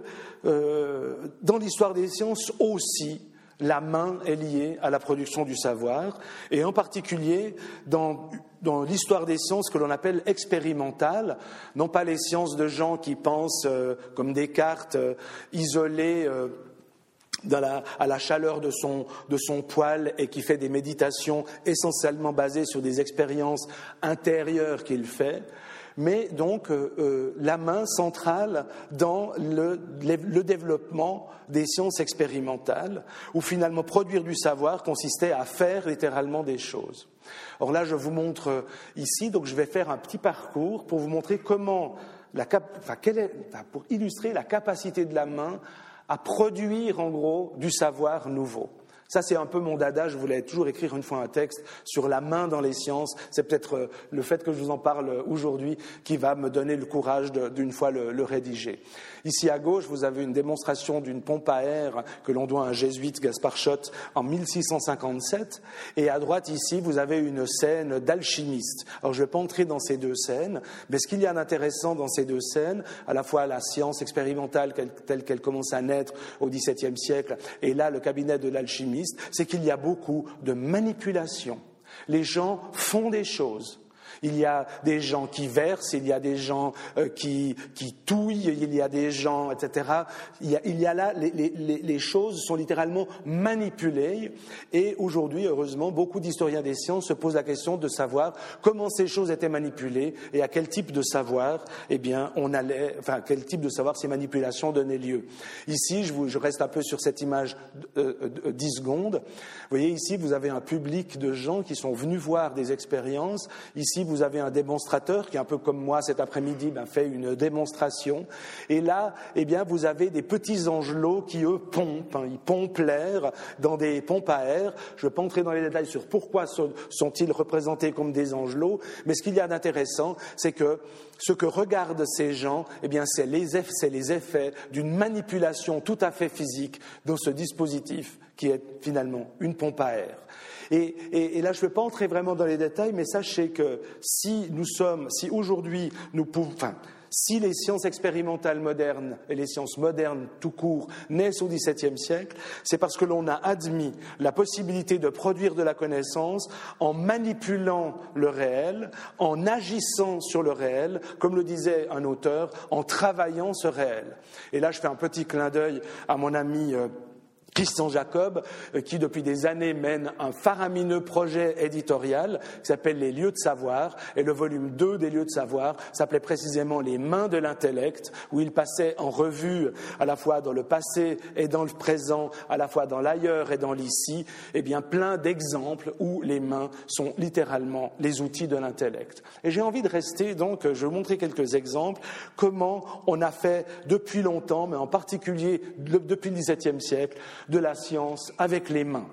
euh, dans l'histoire des sciences aussi, la main est liée à la production du savoir, et en particulier dans, dans l'histoire des sciences que l'on appelle expérimentale, non pas les sciences de gens qui pensent euh, comme Descartes, euh, isolés euh, Dans la, à la chaleur de son, de son poêle et qui fait des méditations essentiellement basées sur des expériences intérieures qu'il fait, mais donc euh, euh, la main centrale dans le, le développement des sciences expérimentales, où finalement produire du savoir consistait à faire littéralement des choses. Or là, je vous montre ici, donc je vais faire un petit parcours pour vous montrer comment, la cap, enfin, quelle est, enfin, pour illustrer la capacité de la main à produire en gros du savoir nouveau. Ça, c'est un peu mon dada. Je voulais toujours écrire une fois un texte sur la main dans les sciences. C'est peut-être le fait que je vous en parle aujourd'hui qui va me donner le courage de, d'une fois le, le rédiger. Ici à gauche, vous avez une démonstration d'une pompe à air que l'on doit à un jésuite, Gaspard Schott, en mille six cent cinquante-sept. Et à droite, ici, vous avez une scène d'alchimiste. Alors, je ne vais pas entrer dans ces deux scènes, mais ce qu'il y a d'intéressant dans ces deux scènes, à la fois la science expérimentale telle qu'elle commence à naître au dix-septième siècle, et là, le cabinet de l'alchimiste, c'est qu'il y a beaucoup de manipulation. Les gens font des choses. Il y a des gens qui versent, il y a des gens euh, qui, qui touillent, il y a des gens, et cetera. Il y a, il y a là, les, les, les choses sont littéralement manipulées. Et aujourd'hui, heureusement, beaucoup d'historiens des sciences se posent la question de savoir comment ces choses étaient manipulées et à quel type de savoir, eh bien, on allait, enfin, quel type de savoir ces manipulations donnaient lieu. Ici, je, vous, je reste un peu sur cette image de, de, de dix secondes. Vous voyez, ici, vous avez un public de gens qui sont venus voir des expériences. Ici, vous avez un démonstrateur qui, un peu comme moi cet après-midi, ben, fait une démonstration. Et là, eh bien, vous avez des petits angelots qui, eux, pompent. Hein, ils pompent l'air dans des pompes à air. Je ne vais pas entrer dans les détails sur pourquoi sont-ils représentés comme des angelots. Mais ce qu'il y a d'intéressant, c'est que ce que regardent ces gens, eh bien, c'est les effets, c'est les effets d'une manipulation tout à fait physique dans ce dispositif qui est finalement une pompe à air. Et, et, et là, je ne vais pas entrer vraiment dans les détails, mais sachez que si nous sommes, si aujourd'hui nous pouvons, enfin, si les sciences expérimentales modernes et les sciences modernes tout court naissent au dix-septième siècle, c'est parce que l'on a admis la possibilité de produire de la connaissance en manipulant le réel, en agissant sur le réel, comme le disait un auteur, en travaillant ce réel. Et là, je fais un petit clin d'œil à mon ami euh, Christian Jacob, qui depuis des années mène un faramineux projet éditorial qui s'appelle Les lieux de savoir, et le volume deux des lieux de savoir s'appelait précisément Les mains de l'intellect, où il passait en revue à la fois dans le passé et dans le présent, à la fois dans l'ailleurs et dans l'ici, et bien plein d'exemples où les mains sont littéralement les outils de l'intellect. Et j'ai envie de rester, donc, je vais vous montrer quelques exemples, comment on a fait depuis longtemps, mais en particulier depuis le dix-septième siècle, de la science avec les mains.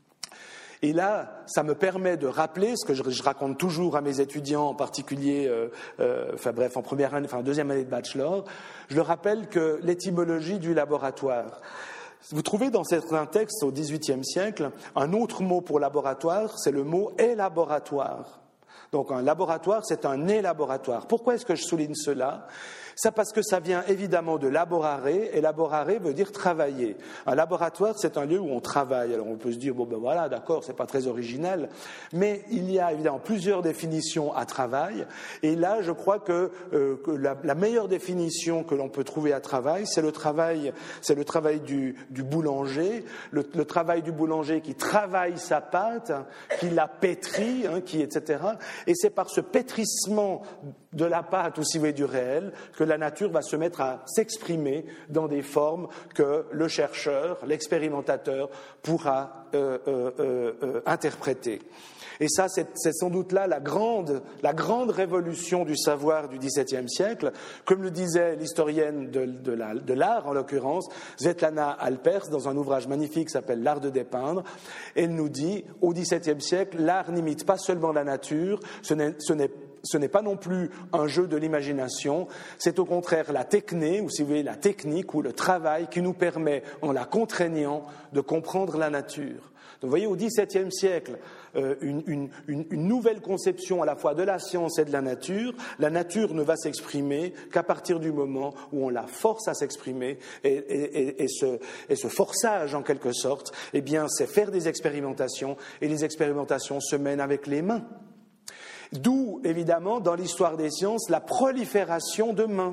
Et là, ça me permet de rappeler ce que je, je raconte toujours à mes étudiants, en particulier, euh, euh, enfin bref, en première année, enfin en deuxième année de bachelor, je leur rappelle que l'étymologie du laboratoire. Vous trouvez dans certains textes au dix-huitième siècle un autre mot pour laboratoire, c'est le mot élaboratoire. Donc un laboratoire, c'est un élaboratoire. Pourquoi est-ce que je souligne cela ? C'est parce que ça vient évidemment de laborare, et laborare veut dire travailler. Un laboratoire, c'est un lieu où on travaille. Alors on peut se dire, bon ben voilà, d'accord, c'est pas très original, mais il y a évidemment plusieurs définitions à travail, et là je crois que, euh, que la, la meilleure définition que l'on peut trouver à travail, c'est le travail, c'est le travail du, du boulanger, le, le travail du boulanger qui travaille sa pâte, qui la pétrit, hein, qui et cetera. Et c'est par ce pétrissement de la pâte, ou si vous voulez, du réel, que la nature va se mettre à s'exprimer dans des formes que le chercheur, l'expérimentateur, pourra euh, euh, euh, euh, interpréter. Et ça, c'est, c'est sans doute là la grande, la grande révolution du savoir du XVIIe siècle. Comme le disait l'historienne de, de, la, de l'art, en l'occurrence, Svetlana Alpers, dans un ouvrage magnifique qui s'appelle « L'art de dépeindre », elle nous dit, au XVIIe siècle, l'art n'imite pas seulement la nature, ce n'est, ce n'est Ce n'est pas non plus un jeu de l'imagination, c'est au contraire la techné, ou si vous voulez, la technique ou le travail qui nous permet, en la contraignant, de comprendre la nature. Donc vous voyez, au XVIIe siècle, euh, une, une, une, une nouvelle conception à la fois de la science et de la nature. La nature ne va s'exprimer qu'à partir du moment où on la force à s'exprimer, et, et, et, et, ce, et ce forçage, en quelque sorte, eh bien, c'est faire des expérimentations, et les expérimentations se mènent avec les mains. D'où, évidemment, dans l'histoire des sciences, la prolifération de mains.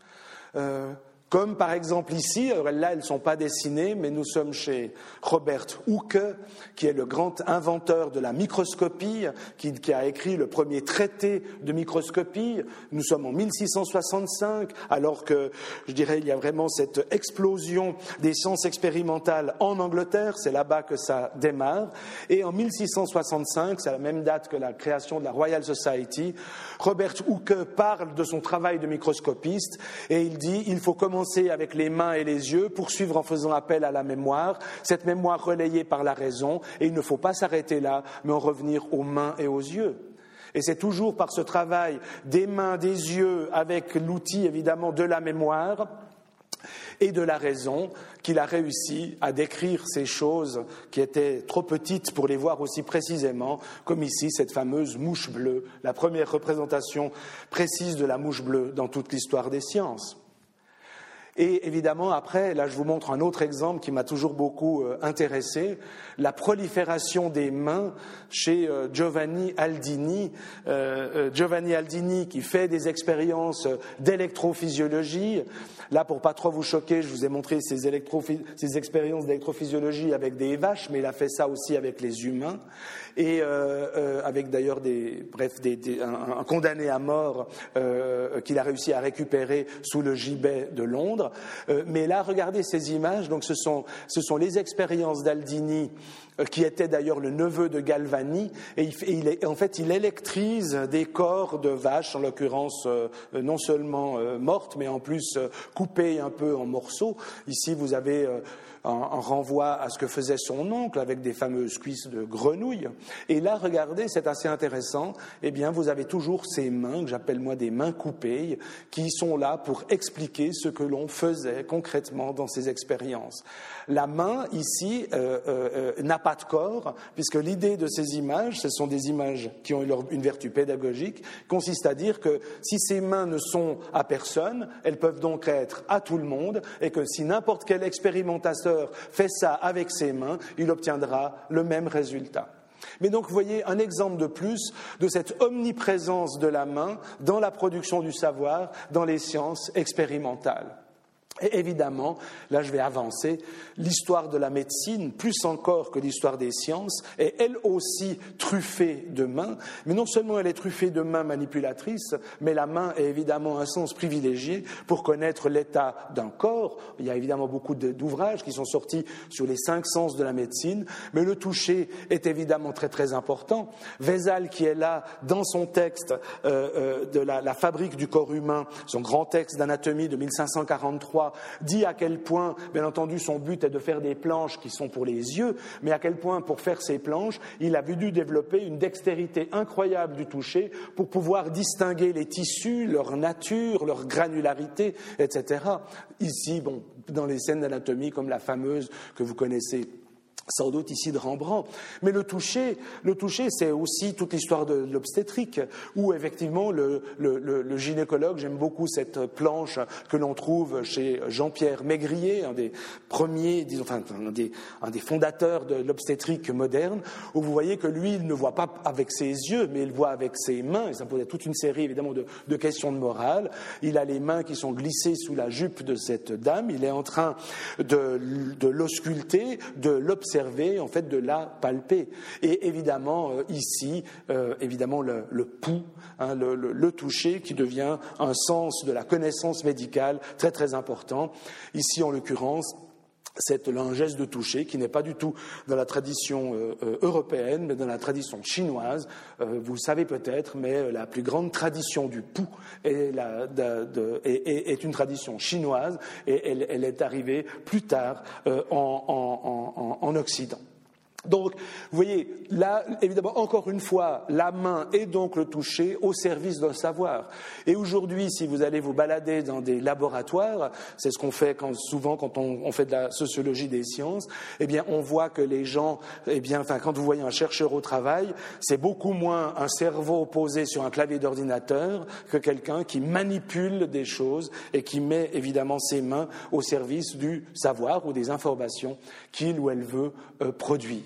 Euh, comme par exemple ici, alors là elles ne sont pas dessinées, mais nous sommes chez Robert Hooke, qui est le grand inventeur de la microscopie, qui, qui a écrit le premier traité de microscopie. Nous sommes en mille six cent soixante-cinq, alors que, je dirais, il y a vraiment cette explosion des sciences expérimentales en Angleterre, c'est là-bas que ça démarre. Et en mille six cent soixante-cinq, c'est à la même date que la création de la Royal Society, Robert Hooke parle de son travail de microscopiste, et il dit il faut commencer avec les mains et les yeux, poursuivre en faisant appel à la mémoire, cette mémoire relayée par la raison, et il ne faut pas s'arrêter là, mais en revenir aux mains et aux yeux. Et c'est toujours par ce travail des mains, des yeux, avec l'outil évidemment de la mémoire et de la raison, qu'il a réussi à décrire ces choses qui étaient trop petites pour les voir aussi précisément, comme ici cette fameuse mouche bleue, la première représentation précise de la mouche bleue dans toute l'histoire des sciences. Et évidemment, après, là je vous montre un autre exemple qui m'a toujours beaucoup euh, intéressé, la prolifération des mains chez euh, Giovanni Aldini. Euh, euh, Giovanni Aldini qui fait des expériences d'électrophysiologie. Là, pour pas trop vous choquer, je vous ai montré ses, électrophy- ses expériences d'électrophysiologie avec des vaches, mais il a fait ça aussi avec les humains. Et euh, euh, avec d'ailleurs des, bref, des, des, un, un condamné à mort euh, qu'il a réussi à récupérer sous le gibet de Londres. Euh, mais là, regardez ces images. Donc, ce sont, ce sont les expériences d'Aldini, euh, qui était d'ailleurs le neveu de Galvani. Et, il, et il est, en fait, il électrise des corps de vaches, en l'occurrence euh, non seulement euh, mortes, mais en plus euh, coupées un peu en morceaux. Ici, vous avez euh, un, un renvoi à ce que faisait son oncle avec des fameuses cuisses de grenouille. Et là, regardez, c'est assez intéressant. Eh bien, vous avez toujours ces mains, que j'appelle moi des mains coupées, qui sont là pour expliquer ce que l'on faisait concrètement dans ces expériences. La main, ici, euh, euh, n'a pas de corps, puisque l'idée de ces images, ce sont des images qui ont une vertu pédagogique, consiste à dire que si ces mains ne sont à personne, elles peuvent donc être à tout le monde, et que si n'importe quel expérimentateur fait ça avec ses mains, il obtiendra le même résultat. Mais donc, vous voyez, un exemple de plus de cette omniprésence de la main dans la production du savoir, dans les sciences expérimentales. Et évidemment, là je vais avancer, l'histoire de la médecine, plus encore que l'histoire des sciences, est elle aussi truffée de mains, mais non seulement elle est truffée de mains manipulatrices, mais la main est évidemment un sens privilégié pour connaître l'état d'un corps. Il y a évidemment beaucoup d'ouvrages qui sont sortis sur les cinq sens de la médecine, mais le toucher est évidemment très très important. Vézal, qui est là dans son texte euh, euh, de la, la fabrique du corps humain, son grand texte d'anatomie de mille cinq cent quarante-trois, dit à quel point, bien entendu, son but est de faire des planches qui sont pour les yeux, mais à quel point, pour faire ces planches, il a dû développer une dextérité incroyable du toucher pour pouvoir distinguer les tissus, leur nature, leur granularité, et cetera. Ici, bon, dans les scènes d'anatomie comme la fameuse que vous connaissez sans doute ici de Rembrandt. Mais le toucher, le toucher, c'est aussi toute l'histoire de l'obstétrique, où effectivement le, le, le, le gynécologue, j'aime beaucoup cette planche que l'on trouve chez Jean-Pierre Maigrier, un des premiers, disons, enfin, un des, un des fondateurs de l'obstétrique moderne, où vous voyez que lui, il ne voit pas avec ses yeux, mais il voit avec ses mains, et ça posait toute une série évidemment de, de questions de morale. Il a les mains qui sont glissées sous la jupe de cette dame, il est en train de, de l'ausculter, de l'observer, l'observer, en fait de la palper. Et évidemment, euh, ici, euh, évidemment le, le pouls, hein, le, le, le toucher qui devient un sens de la connaissance médicale très très important. Ici, en l'occurrence, c'est un geste de toucher qui n'est pas du tout dans la tradition euh, euh, européenne, mais dans la tradition chinoise. Euh, vous le savez peut-être, mais la plus grande tradition du pouls est, la, de, de, est, est une tradition chinoise et elle, elle est arrivée plus tard euh, en, en, en, en Occident. Donc, vous voyez, là, évidemment, encore une fois, la main et donc le toucher au service d'un savoir. Et aujourd'hui, si vous allez vous balader dans des laboratoires, c'est ce qu'on fait quand, souvent quand on, on fait de la sociologie des sciences, eh bien, on voit que les gens, eh bien, enfin, quand vous voyez un chercheur au travail, c'est beaucoup moins un cerveau posé sur un clavier d'ordinateur que quelqu'un qui manipule des choses et qui met, évidemment, ses mains au service du savoir ou des informations qu'il ou elle veut euh, produire.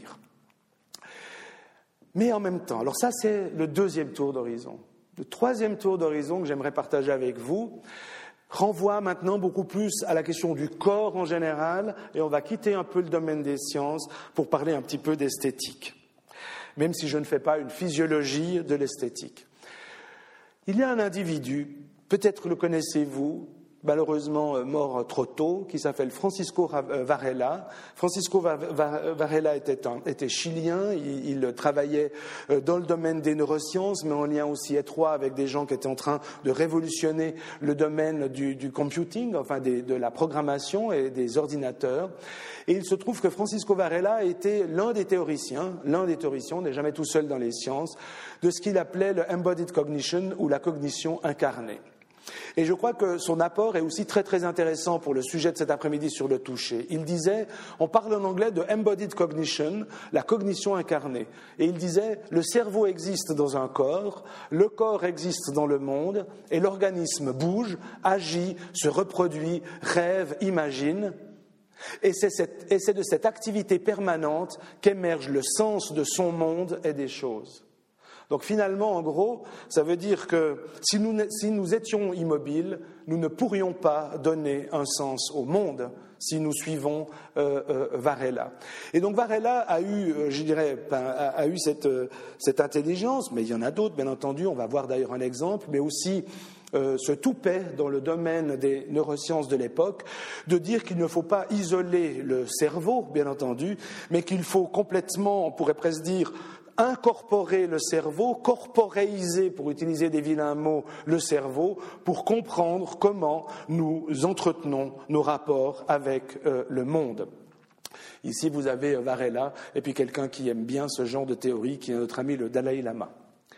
Mais en même temps, alors ça c'est le deuxième tour d'horizon. Le troisième tour d'horizon que j'aimerais partager avec vous renvoie maintenant beaucoup plus à la question du corps en général, et on va quitter un peu le domaine des sciences pour parler un petit peu d'esthétique, même si je ne fais pas une physiologie de l'esthétique. Il y a un individu, peut-être le connaissez-vous, malheureusement mort trop tôt, qui s'appelle Francisco Varela. Francisco Varela était, un, était chilien, il, il travaillait dans le domaine des neurosciences, mais en lien aussi étroit avec des gens qui étaient en train de révolutionner le domaine du, du computing, enfin des, de la programmation et des ordinateurs. Et il se trouve que Francisco Varela était l'un des théoriciens, l'un des théoriciens, on n'est jamais tout seul dans les sciences, de ce qu'il appelait le embodied cognition ou la cognition incarnée. Et je crois que son apport est aussi très très intéressant pour le sujet de cet après-midi sur le toucher. Il disait, on parle en anglais de embodied cognition, la cognition incarnée. Et il disait, le cerveau existe dans un corps, le corps existe dans le monde, et l'organisme bouge, agit, se reproduit, rêve, imagine. Et c'est, cette, et c'est de cette activité permanente qu'émerge le sens de son monde et des choses. Donc finalement, en gros, ça veut dire que si nous, si nous étions immobiles, nous ne pourrions pas donner un sens au monde si nous suivons euh, euh, Varela. Et donc Varela a eu, euh, je dirais, a, a eu cette, euh, cette intelligence, mais il y en a d'autres, bien entendu, on va voir d'ailleurs un exemple, mais aussi euh, ce toupet dans le domaine des neurosciences de l'époque, de dire qu'il ne faut pas isoler le cerveau, bien entendu, mais qu'il faut complètement, on pourrait presque dire, incorporer le cerveau, corporéiser, pour utiliser des vilains mots, le cerveau, pour comprendre comment nous entretenons nos rapports avec euh, le monde. Ici, vous avez Varela, et puis quelqu'un qui aime bien ce genre de théorie, qui est notre ami le Dalai Lama.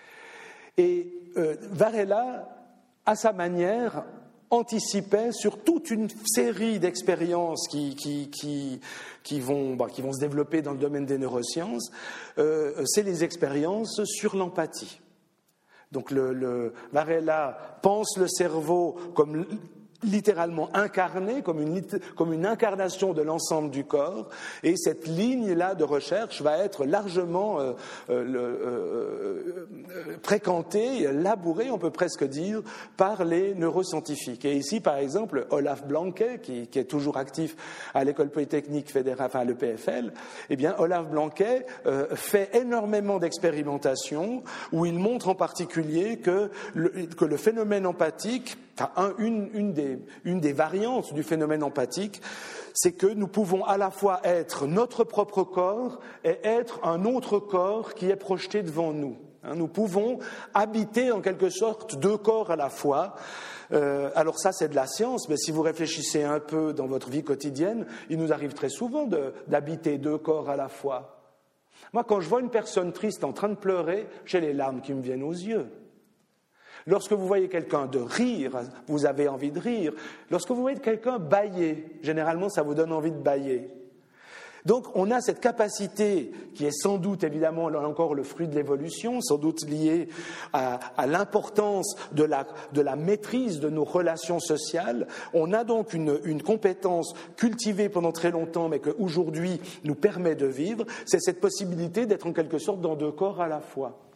Et euh, Varela, à sa manière, anticipait sur toute une série d'expériences qui, qui, qui, qui, vont, bah, qui vont se développer dans le domaine des neurosciences. Euh, c'est les expériences sur l'empathie. Donc le, le, Varela pense le cerveau comme littéralement incarné, comme une, comme une incarnation de l'ensemble du corps, et cette ligne-là de recherche va être largement euh, euh, euh, euh, fréquentée, labourée, on peut presque dire, par les neuroscientifiques. Et ici, par exemple, Olaf Blanke, qui, qui est toujours actif à l'École Polytechnique Fédérale, enfin à l'E P F L, eh bien, Olaf Blanke euh, fait énormément d'expérimentations où il montre en particulier que le, que le phénomène empathique, enfin, un, une, une des Une des variantes du phénomène empathique, c'est que nous pouvons à la fois être notre propre corps et être un autre corps qui est projeté devant nous. Nous pouvons habiter en quelque sorte deux corps à la fois. Euh, alors ça, c'est de la science, mais si vous réfléchissez un peu dans votre vie quotidienne, il nous arrive très souvent de, d'habiter deux corps à la fois. Moi, quand je vois une personne triste en train de pleurer, j'ai les larmes qui me viennent aux yeux. Lorsque vous voyez quelqu'un de rire, vous avez envie de rire. Lorsque vous voyez quelqu'un bâiller, généralement, ça vous donne envie de bâiller. Donc, on a cette capacité qui est sans doute, évidemment, là encore, le fruit de l'évolution, sans doute liée à, à l'importance de la, de la maîtrise de nos relations sociales. On a donc une, une compétence cultivée pendant très longtemps, mais qu'aujourd'hui nous permet de vivre. C'est cette possibilité d'être en quelque sorte dans deux corps à la fois.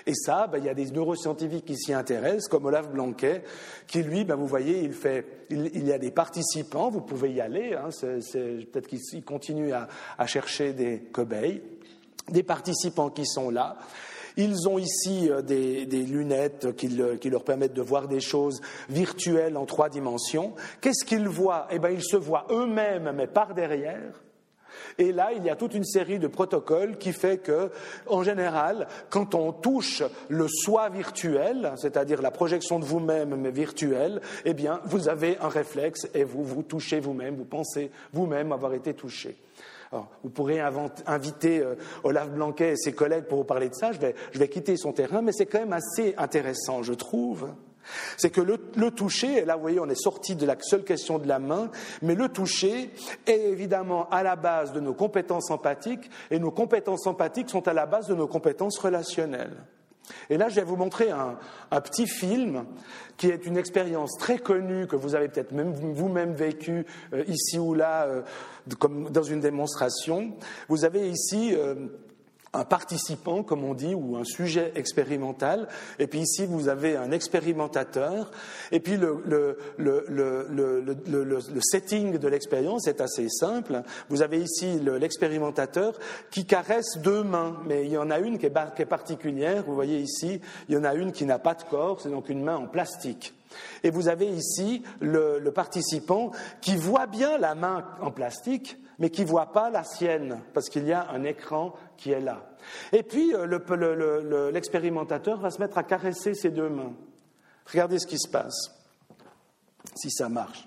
Et ça, ben, il y a des neuroscientifiques qui s'y intéressent, comme Olaf Blanquet, qui lui, ben, vous voyez, il, fait, il, il y a des participants, vous pouvez y aller, hein, c'est, c'est, peut-être qu'il continue à, à chercher des cobayes, des participants qui sont là. Ils ont ici des, des lunettes qui, le, qui leur permettent de voir des choses virtuelles en trois dimensions. Qu'est-ce qu'ils voient ? Eh bien, ils se voient eux-mêmes, mais par derrière. Et là, il y a toute une série de protocoles qui fait que, en général, quand on touche le soi virtuel, c'est-à-dire la projection de vous-même mais virtuelle, eh bien, vous avez un réflexe et vous vous touchez vous-même, vous pensez vous-même avoir été touché. Alors, vous pourrez inventer, inviter euh, Olaf Blanquet et ses collègues pour vous parler de ça. Je vais, je vais quitter son terrain, mais c'est quand même assez intéressant, je trouve. C'est que le, le toucher, et là vous voyez on est sorti de la seule question de la main, mais le toucher est évidemment à la base de nos compétences empathiques, et nos compétences empathiques sont à la base de nos compétences relationnelles. Et là je vais vous montrer un, un petit film qui est une expérience très connue que vous avez peut-être même vous-même vécue euh, ici ou là, euh, comme dans une démonstration. Vous avez ici... Euh, un participant, comme on dit, ou un sujet expérimental, et puis ici vous avez un expérimentateur, et puis le, le, le, le, le, le, le, le setting de l'expérience est assez simple. Vous avez ici le, l'expérimentateur qui caresse deux mains, mais il y en a une qui est, bar, qui est particulière, vous voyez ici, il y en a une qui n'a pas de corps, c'est donc une main en plastique. Et vous avez ici le, le participant qui voit bien la main en plastique, mais qui ne voit pas la sienne, parce qu'il y a un écran qui est là. Et puis, le, le, le, l'expérimentateur va se mettre à caresser ses deux mains. Regardez ce qui se passe, si ça marche.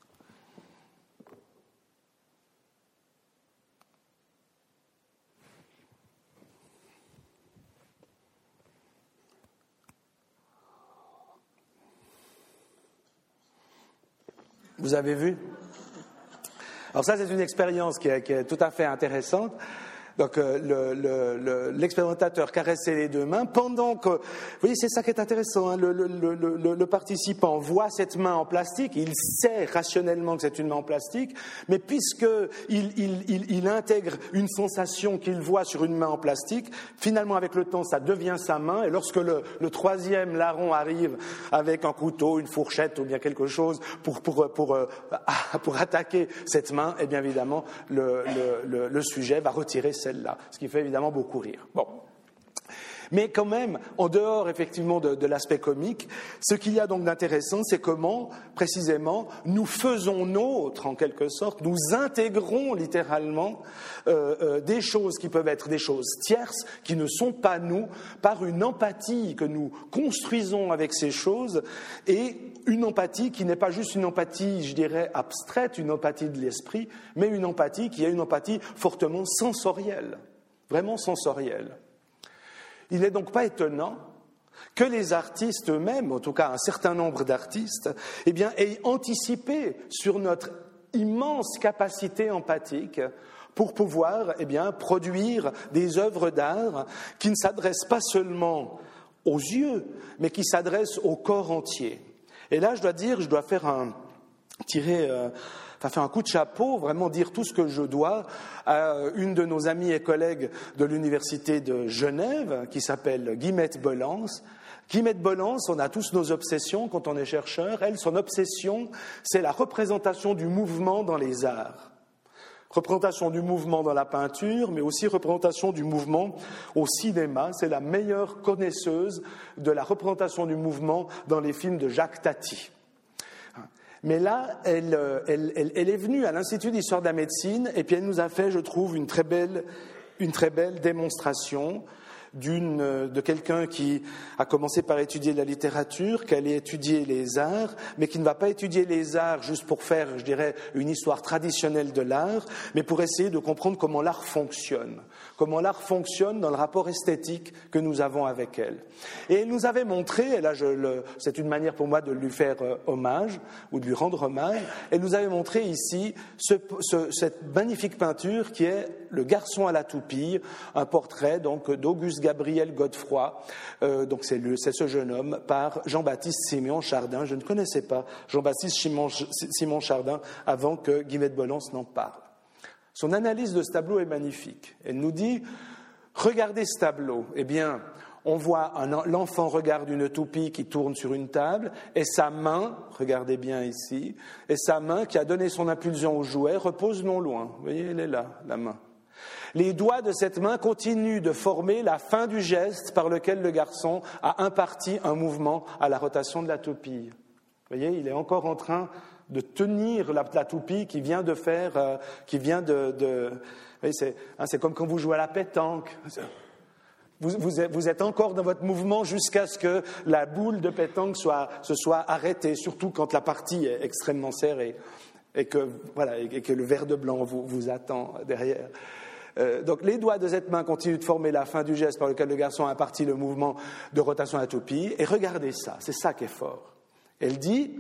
Vous avez vu ? Alors ça, c'est une expérience qui est, qui est tout à fait intéressante. Donc euh, le, le, le, l'expérimentateur caressait les deux mains pendant que... Vous voyez, c'est ça qui est intéressant. Hein, le, le, le, le, le participant voit cette main en plastique, il sait rationnellement que c'est une main en plastique, mais puisqu'il il, il, il intègre une sensation qu'il voit sur une main en plastique, finalement avec le temps ça devient sa main, et lorsque le, le troisième larron arrive avec un couteau, une fourchette ou bien quelque chose pour, pour, pour, pour, pour attaquer cette main, eh bien évidemment le, le, le, le sujet va retirer celle-là, ce qui fait évidemment beaucoup rire. Bon. Mais quand même, en dehors effectivement de, de l'aspect comique, ce qu'il y a donc d'intéressant, c'est comment, précisément, nous faisons nôtre, en quelque sorte, nous intégrons littéralement euh, euh, des choses qui peuvent être des choses tierces, qui ne sont pas nous, par une empathie que nous construisons avec ces choses, et une empathie qui n'est pas juste une empathie, je dirais, abstraite, une empathie de l'esprit, mais une empathie qui est une empathie fortement sensorielle, vraiment sensorielle. Il n'est donc pas étonnant que les artistes eux-mêmes, en tout cas un certain nombre d'artistes, eh bien, aient anticipé sur notre immense capacité empathique pour pouvoir eh bien, produire des œuvres d'art qui ne s'adressent pas seulement aux yeux, mais qui s'adressent au corps entier. Et là, je dois dire, je dois faire un, tirer... Euh, Ça fait un coup de chapeau, vraiment dire tout ce que je dois à une de nos amies et collègues de l'université de Genève, qui s'appelle Guillemette Bolance. Guillemette Bolance, on a tous nos obsessions quand on est chercheur. Elle, son obsession, c'est la représentation du mouvement dans les arts. Représentation du mouvement dans la peinture, mais aussi représentation du mouvement au cinéma. C'est la meilleure connaisseuse de la représentation du mouvement dans les films de Jacques Tati. Mais là, elle, elle, elle, elle est venue à l'Institut d'histoire de la médecine et puis elle nous a fait, je trouve, une très belle, une très belle démonstration d'une, de quelqu'un qui a commencé par étudier la littérature, qui allait étudier les arts, mais qui ne va pas étudier les arts juste pour faire, je dirais, une histoire traditionnelle de l'art, mais pour essayer de comprendre comment l'art fonctionne, comment l'art fonctionne dans le rapport esthétique que nous avons avec elle. Et elle nous avait montré, et là je le, c'est une manière pour moi de lui faire hommage, ou de lui rendre hommage, elle nous avait montré ici ce, ce, cette magnifique peinture qui est Le garçon à la toupie, un portrait donc d'Auguste Gabriel Godefroy, euh, donc c'est, le, c'est ce jeune homme, par Jean-Baptiste Simon Chardin. Je ne connaissais pas Jean-Baptiste Simon, Simon Chardin avant que Guillemette Bolance n'en parle. Son analyse de ce tableau est magnifique. Elle nous dit, regardez ce tableau, eh bien, On voit un, l'enfant regarde une toupie qui tourne sur une table et sa main, regardez bien ici, et sa main qui a donné son impulsion au jouet repose non loin. Vous voyez, elle est là, la main. Les doigts de cette main continuent de former la fin du geste par lequel le garçon a imparti un mouvement à la rotation de la toupie. Vous voyez, il est encore en train de tenir la, la toupie qui vient de faire, euh, qui vient de... de vous voyez, c'est, hein, c'est comme quand vous jouez à la pétanque. Vous, vous, êtes, vous êtes encore dans votre mouvement jusqu'à ce que la boule de pétanque soit, se soit arrêtée, surtout quand la partie est extrêmement serrée et que, voilà, et que le verre de blanc vous, vous attend derrière. Euh, donc les doigts de cette main continuent de former la fin du geste par lequel le garçon a imparti le mouvement de rotation à la toupie. Et regardez ça, c'est ça qui est fort. Elle dit,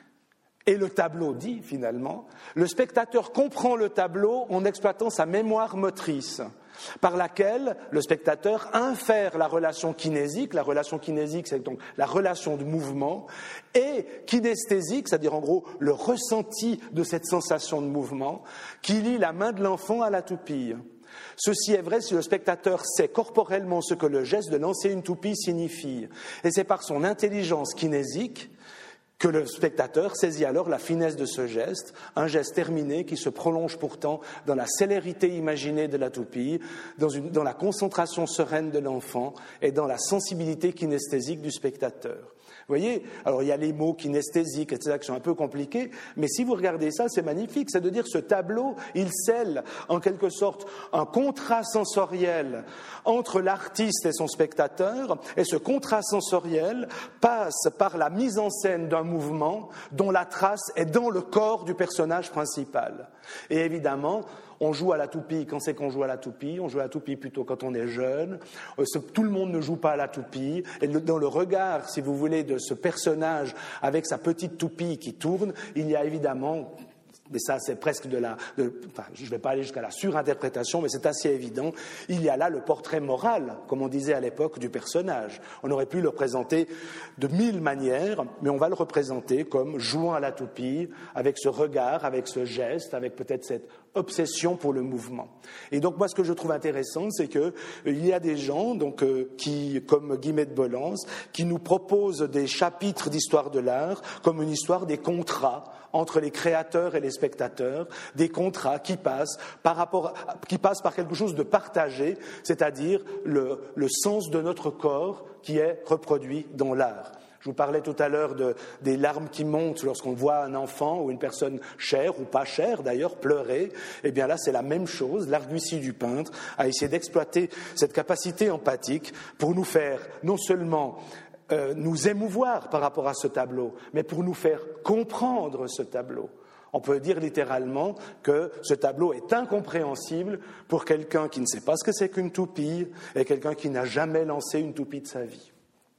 et le tableau dit finalement, le spectateur comprend le tableau en exploitant sa mémoire motrice, par laquelle le spectateur infère la relation kinésique, la relation kinésique c'est donc la relation de mouvement, et kinesthésique, c'est-à-dire en gros le ressenti de cette sensation de mouvement, qui lie la main de l'enfant à la toupie. Ceci est vrai si le spectateur sait corporellement ce que le geste de lancer une toupie signifie, et c'est par son intelligence kinésique que le spectateur saisit alors la finesse de ce geste, un geste terminé qui se prolonge pourtant dans la célérité imaginée de la toupie, dans, une, dans la concentration sereine de l'enfant et dans la sensibilité kinesthésique du spectateur. Vous voyez, alors il y a les mots kinesthésiques, et cetera qui sont un peu compliqués, mais si vous regardez ça, c'est magnifique. C'est de dire ce tableau, il scelle en quelque sorte un contrat sensoriel entre l'artiste et son spectateur, et ce contrat sensoriel passe par la mise en scène d'un mouvement dont la trace est dans le corps du personnage principal. Et évidemment, on joue à la toupie quand c'est qu'on joue à la toupie, on joue à la toupie plutôt quand on est jeune, tout le monde ne joue pas à la toupie, et dans le regard, si vous voulez, de ce personnage avec sa petite toupie qui tourne, il y a évidemment, mais ça c'est presque de la, de, enfin je ne vais pas aller jusqu'à la surinterprétation, mais c'est assez évident, il y a là le portrait moral, comme on disait à l'époque, du personnage. On aurait pu le représenter de mille manières, mais on va le représenter comme jouant à la toupie, avec ce regard, avec ce geste, avec peut-être cette obsession pour le mouvement. Et donc moi ce que je trouve intéressant, c'est que euh, il y a des gens donc euh, qui, comme Guillemette de Bolance, qui nous proposent des chapitres d'histoire de l'art comme une histoire des contrats entre les créateurs et les spectateurs, des contrats qui passent par rapport à, qui passent par quelque chose de partagé, c'est-à-dire le, le sens de notre corps qui est reproduit dans l'art. Je vous parlais tout à l'heure de, des larmes qui montent lorsqu'on voit un enfant ou une personne chère ou pas chère d'ailleurs pleurer. Eh bien là, c'est la même chose. L'arguicie du peintre a essayé d'exploiter cette capacité empathique pour nous faire non seulement euh, nous émouvoir par rapport à ce tableau, mais pour nous faire comprendre ce tableau. On peut dire littéralement que ce tableau est incompréhensible pour quelqu'un qui ne sait pas ce que c'est qu'une toupie et quelqu'un qui n'a jamais lancé une toupie de sa vie.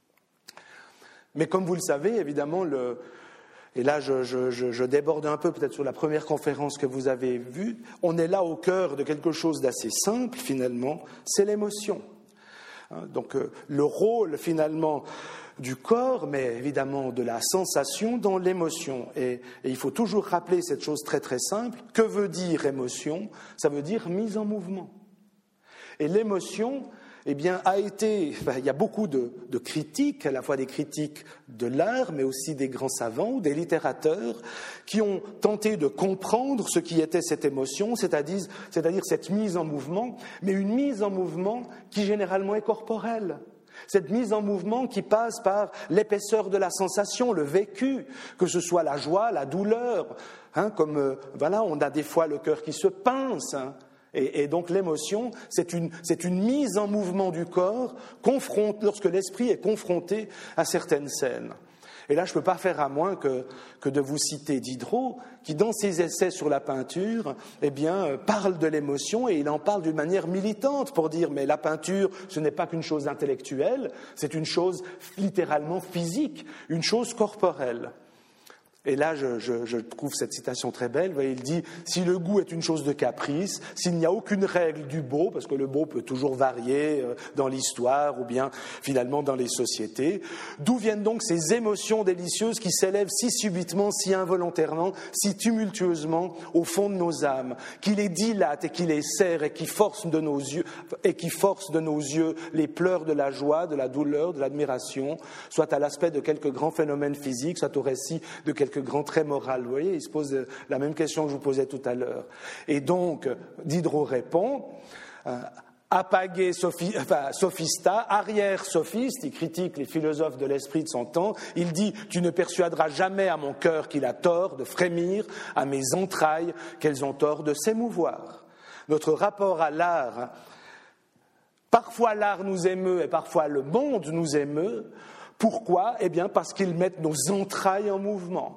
Mais comme vous le savez, évidemment, le, et là je, je, je déborde un peu peut-être sur la première conférence que vous avez vue, on est là au cœur de quelque chose d'assez simple finalement, c'est l'émotion. Donc le rôle finalement du corps, mais évidemment de la sensation dans l'émotion. Et, et il faut toujours rappeler cette chose très très simple, que veut dire émotion ? Ça veut dire mise en mouvement. Et l'émotion, eh bien, a été, enfin, il y a beaucoup de, de critiques, à la fois des critiques de l'art, mais aussi des grands savants, des littérateurs, qui ont tenté de comprendre ce qui était cette émotion, c'est-à-dire, c'est-à-dire cette mise en mouvement, mais une mise en mouvement qui généralement est corporelle. Cette mise en mouvement qui passe par l'épaisseur de la sensation, le vécu, que ce soit la joie, la douleur, hein, comme, euh, voilà, on a des fois le cœur qui se pince, hein. Et, et donc l'émotion, c'est une, c'est une mise en mouvement du corps confronte, lorsque l'esprit est confronté à certaines scènes. Et là, je ne peux pas faire à moins que, que de vous citer Diderot, qui, dans ses essais sur la peinture, eh bien, parle de l'émotion et il en parle d'une manière militante pour dire mais la peinture, ce n'est pas qu'une chose intellectuelle, c'est une chose littéralement physique, une chose corporelle. Et là, je, je, je trouve cette citation très belle. Vous voyez, il dit « Si le goût est une chose de caprice, s'il n'y a aucune règle du beau, parce que le beau peut toujours varier dans l'histoire ou bien finalement dans les sociétés, d'où viennent donc ces émotions délicieuses qui s'élèvent si subitement, si involontairement, si tumultueusement au fond de nos âmes, qui les dilatent et qui les serrent et qui forcent de nos yeux, et qui forcent de nos yeux les pleurs de la joie, de la douleur, de l'admiration, soit à l'aspect de quelques grands phénomènes physiques, soit au récit de quelques grand trait moral. Vous voyez, il se pose la même question que je vous posais tout à l'heure. Et donc, Diderot répond, euh, apagé sophi, enfin, sophista, arrière-sophiste, il critique les philosophes de l'esprit de son temps, il dit « Tu ne persuaderas jamais à mon cœur qu'il a tort de frémir, à mes entrailles qu'elles ont tort de s'émouvoir. » Notre rapport à l'art, parfois l'art nous émeut et parfois le monde nous émeut. Pourquoi ? Eh bien, parce qu'ils mettent nos entrailles en mouvement.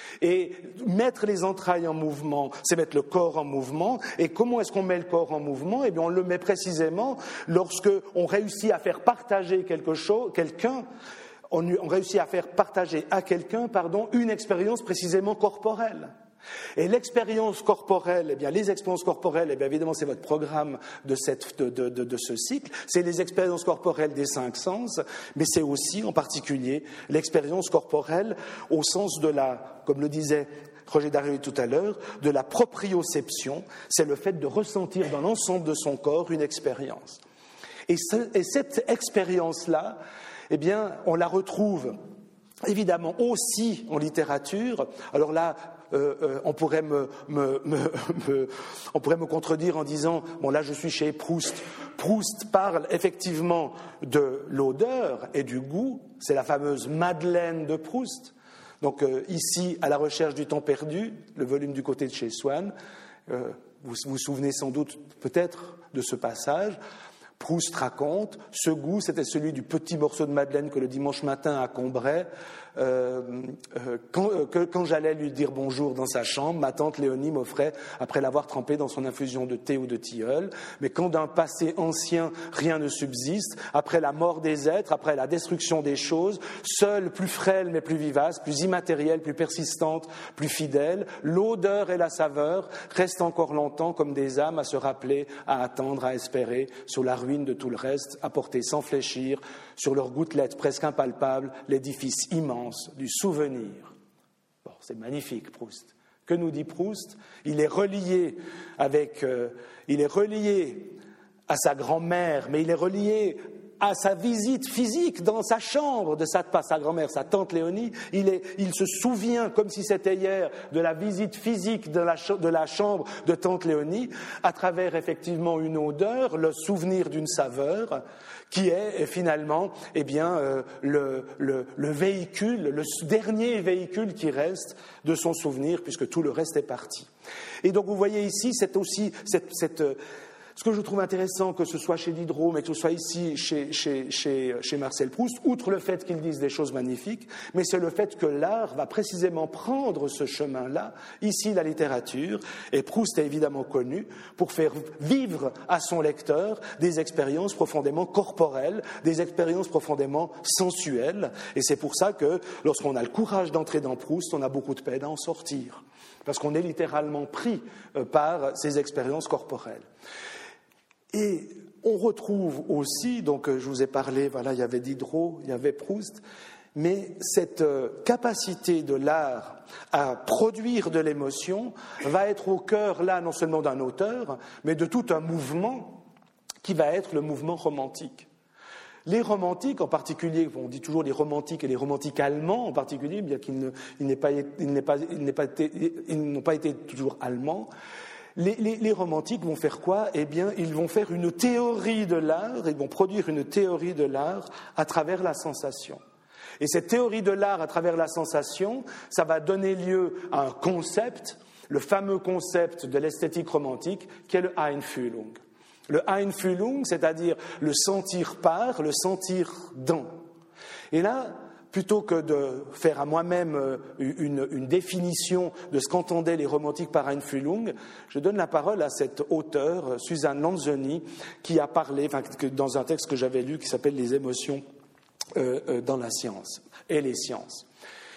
Et mettre les entrailles en mouvement, c'est mettre le corps en mouvement. Et comment est-ce qu'on met le corps en mouvement ? Eh bien, on le met précisément lorsque on réussit à faire partager quelque chose, quelqu'un, on, on réussit à faire partager à quelqu'un, pardon, une expérience précisément corporelle. Et l'expérience corporelle, eh bien, les expériences corporelles, eh bien, évidemment, c'est votre programme de, cette, de, de, de, de ce cycle. C'est les expériences corporelles des cinq sens, mais c'est aussi, en particulier, l'expérience corporelle au sens de la, comme le disait Roger Darioli tout à l'heure, de la proprioception. C'est le fait de ressentir dans l'ensemble de son corps une expérience. Et, ce, et cette expérience-là, eh bien, on la retrouve évidemment aussi en littérature. Alors là, Euh, euh, on pourrait me, me, me, me, on pourrait me contredire en disant bon là je suis chez Proust. Proust parle effectivement de l'odeur et du goût. C'est la fameuse Madeleine de Proust. Donc euh, ici, à la recherche du temps perdu, le volume du côté de chez Swann. Euh, vous vous souvenez sans doute peut-être de ce passage. Proust raconte, ce goût, c'était celui du petit morceau de madeleine que le dimanche matin à Combray, euh, euh, quand, euh, que, quand j'allais lui dire bonjour dans sa chambre, ma tante Léonie m'offrait, après l'avoir trempé dans son infusion de thé ou de tilleul. Mais quand d'un passé ancien, rien ne subsiste, après la mort des êtres, après la destruction des choses, seule, plus frêle mais plus vivace, plus immatérielle, plus persistante, plus fidèle, l'odeur et la saveur restent encore longtemps comme des âmes à se rappeler, à attendre, à espérer, sur la ruine de tout le reste, à porter sans fléchir, sur leurs gouttelettes presque impalpables, l'édifice immense du souvenir. Bon, c'est magnifique, Proust. Que nous dit Proust ? Il est relié avec, euh, il est relié à sa grand-mère, mais il est relié à sa visite physique dans sa chambre de sa, pas sa grand-mère, sa tante Léonie. Il, est, il se souvient, comme si c'était hier, de la visite physique de la, de la chambre de tante Léonie, à travers effectivement une odeur, le souvenir d'une saveur, qui est finalement eh bien, euh, le, le, le véhicule, le dernier véhicule qui reste de son souvenir, puisque tout le reste est parti. Et donc vous voyez ici, c'est aussi cette... cette ce que je trouve intéressant, que ce soit chez Diderot, mais que ce soit ici chez, chez, chez, chez Marcel Proust, outre le fait qu'ils disent des choses magnifiques, mais c'est le fait que l'art va précisément prendre ce chemin-là, ici la littérature, et Proust est évidemment connu pour faire vivre à son lecteur des expériences profondément corporelles, des expériences profondément sensuelles, et c'est pour ça que lorsqu'on a le courage d'entrer dans Proust, on a beaucoup de peine à en sortir, parce qu'on est littéralement pris par ces expériences corporelles. Et on retrouve aussi, donc je vous ai parlé, voilà, il y avait Diderot, il y avait Proust, mais cette capacité de l'art à produire de l'émotion va être au cœur, là, non seulement d'un auteur, mais de tout un mouvement qui va être le mouvement romantique. Les romantiques, en particulier, on dit toujours les romantiques et les romantiques allemands en particulier, bien qu'ils ne, ils n'aient pas, ils n'aient pas, ils n'aient pas été, ils n'ont pas été toujours allemands. Les, les, les romantiques vont faire quoi ? Eh bien, ils vont faire une théorie de l'art, ils vont produire une théorie de l'art à travers la sensation. Et cette théorie de l'art à travers la sensation, ça va donner lieu à un concept, le fameux concept de l'esthétique romantique, qui est le Einfühlung. Le Einfühlung, c'est-à-dire le sentir par, le sentir dans. Et là, plutôt que de faire à moi-même une, une définition de ce qu'entendaient les romantiques par Einfühlung, je donne la parole à cet auteur, Suzanne Lanzoni, qui a parlé, enfin, dans un texte que j'avais lu qui s'appelle « Les émotions euh, dans la science et les sciences ».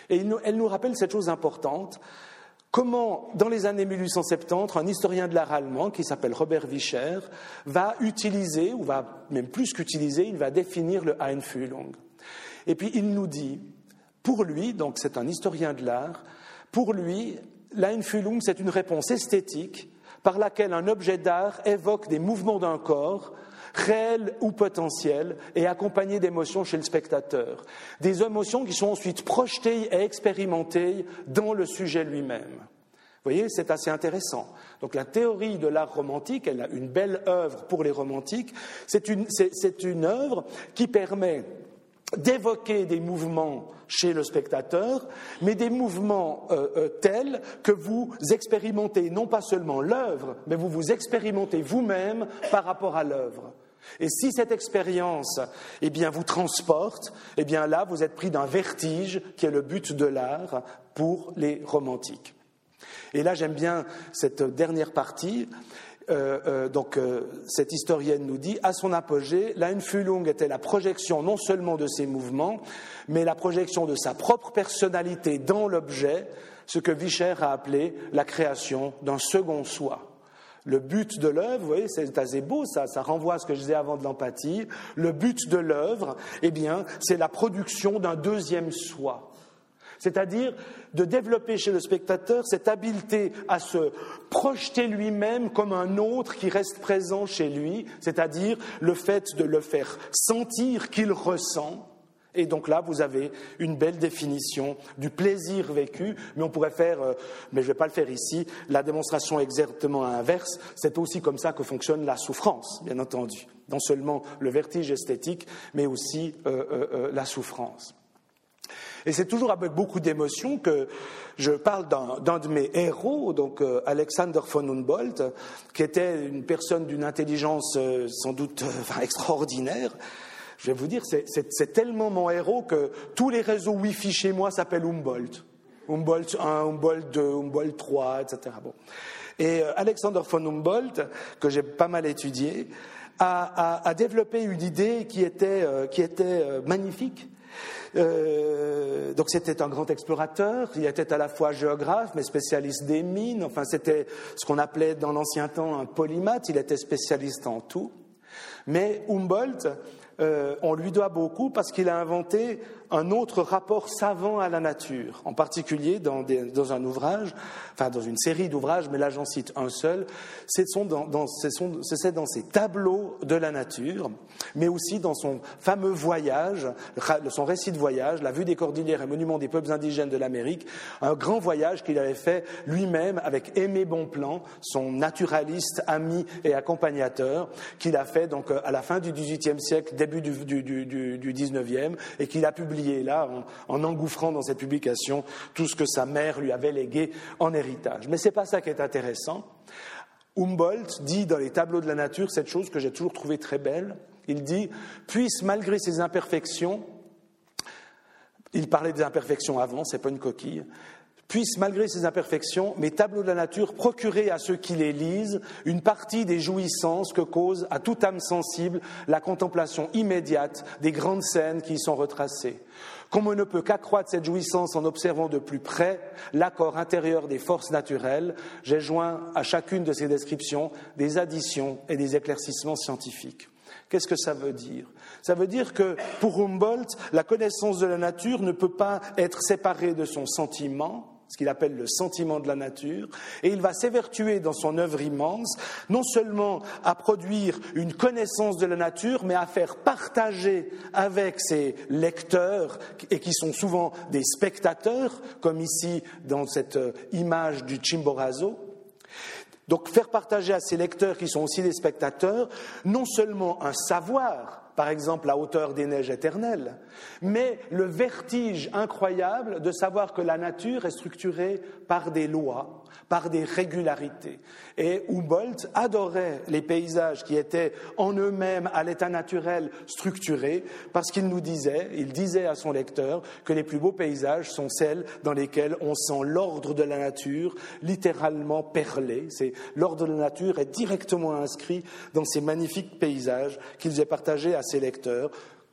Et il nous, elle nous rappelle cette chose importante, comment, dans les années mille huit cent soixante-dix, un historien de l'art allemand qui s'appelle Robert Vischer va utiliser, ou va même plus qu'utiliser, il va définir le Einfühlung. Et puis il nous dit, pour lui, donc c'est un historien de l'art, pour lui, l'Einfühlung, c'est une réponse esthétique par laquelle un objet d'art évoque des mouvements d'un corps, réels ou potentiels, et accompagnés d'émotions chez le spectateur. Des émotions qui sont ensuite projetées et expérimentées dans le sujet lui-même. Vous voyez, c'est assez intéressant. Donc la théorie de l'art romantique, elle a une belle œuvre pour les romantiques, c'est une, c'est, c'est une œuvre qui permet d'évoquer des mouvements chez le spectateur, mais des mouvements euh, euh, tels que vous expérimentez non pas seulement l'œuvre, mais vous vous expérimentez vous-même par rapport à l'œuvre. Et si cette expérience, eh bien, vous transporte, eh bien là, vous êtes pris d'un vertige qui est le but de l'art pour les romantiques. Et là, j'aime bien cette dernière partie. Euh, euh, donc, euh, cette historienne nous dit, à son apogée, l'Einfühlung était la projection non seulement de ses mouvements, mais la projection de sa propre personnalité dans l'objet, ce que Vischer a appelé la création d'un second soi. Le but de l'œuvre, vous voyez, c'est assez beau, ça, ça renvoie à ce que je disais avant de l'empathie. Le but de l'œuvre, eh bien, c'est la production d'un deuxième soi. C'est-à-dire de développer chez le spectateur cette habileté à se projeter lui-même comme un autre qui reste présent chez lui, c'est-à-dire le fait de le faire sentir qu'il ressent. Et donc là, vous avez une belle définition du plaisir vécu, mais on pourrait faire, mais je ne vais pas le faire ici, la démonstration exactement inverse. C'est aussi comme ça que fonctionne la souffrance, bien entendu. Non seulement le vertige esthétique, mais aussi euh, euh, la souffrance. Et c'est toujours avec beaucoup d'émotion que je parle d'un, d'un de mes héros, donc euh, Alexander von Humboldt, qui était une personne d'une intelligence euh, sans doute euh, enfin, extraordinaire. Je vais vous dire, c'est, c'est, c'est tellement mon héros que tous les réseaux Wi-Fi chez moi s'appellent Humboldt. Humboldt un, Humboldt deux, Humboldt trois, et cetera. Bon. Et euh, Alexander von Humboldt, que j'ai pas mal étudié, a, a, a développé une idée qui était, euh, qui était euh, magnifique. Euh, donc c'était un grand explorateur, il était à la fois géographe mais spécialiste des mines, enfin c'était ce qu'on appelait dans l'ancien temps un polymathe, il était spécialiste en tout. Mais Humboldt, euh, on lui doit beaucoup parce qu'il a inventé un autre rapport savant à la nature, en particulier dans, des, dans un ouvrage, enfin dans une série d'ouvrages, mais là j'en cite un seul, c'est, son, dans, dans, c'est, son, c'est dans ses tableaux de la nature, mais aussi dans son fameux voyage, son récit de voyage, la vue des cordillères et monuments des peuples indigènes de l'Amérique, un grand voyage qu'il avait fait lui-même avec Aimé Bonpland, son naturaliste, ami et accompagnateur, qu'il a fait donc à la fin du dix-huitième siècle, début du, du, du, du dix-neuvième, et qu'il a publié là, en, en engouffrant dans cette publication tout ce que sa mère lui avait légué en héritage. Mais ce n'est pas ça qui est intéressant. Humboldt dit dans les tableaux de la nature cette chose que j'ai toujours trouvée très belle. Il dit « Puisse, malgré ses imperfections, il parlait des imperfections avant, ce n'est pas une coquille, puisse, malgré ses imperfections, mes tableaux de la nature procurer à ceux qui les lisent une partie des jouissances que cause à toute âme sensible la contemplation immédiate des grandes scènes qui y sont retracées. Comme on ne peut qu'accroître cette jouissance en observant de plus près l'accord intérieur des forces naturelles, j'ai joint à chacune de ces descriptions des additions et des éclaircissements scientifiques. » Qu'est-ce que ça veut dire ? Ça veut dire que, pour Humboldt, la connaissance de la nature ne peut pas être séparée de son sentiment, ce qu'il appelle le sentiment de la nature, et il va s'évertuer dans son œuvre immense, non seulement à produire une connaissance de la nature, mais à faire partager avec ses lecteurs, et qui sont souvent des spectateurs, comme ici dans cette image du Chimborazo. Donc faire partager à ses lecteurs, qui sont aussi des spectateurs, non seulement un savoir, par exemple la hauteur des neiges éternelles, mais le vertige incroyable de savoir que la nature est structurée par des lois, par des régularités. Et Humboldt adorait les paysages qui étaient en eux-mêmes à l'état naturel structurés, parce qu'il nous disait, il disait à son lecteur que les plus beaux paysages sont celles dans lesquels on sent l'ordre de la nature littéralement perlé. C'est, l'ordre de la nature est directement inscrit dans ces magnifiques paysages qu'il faisait partager à ses lecteurs,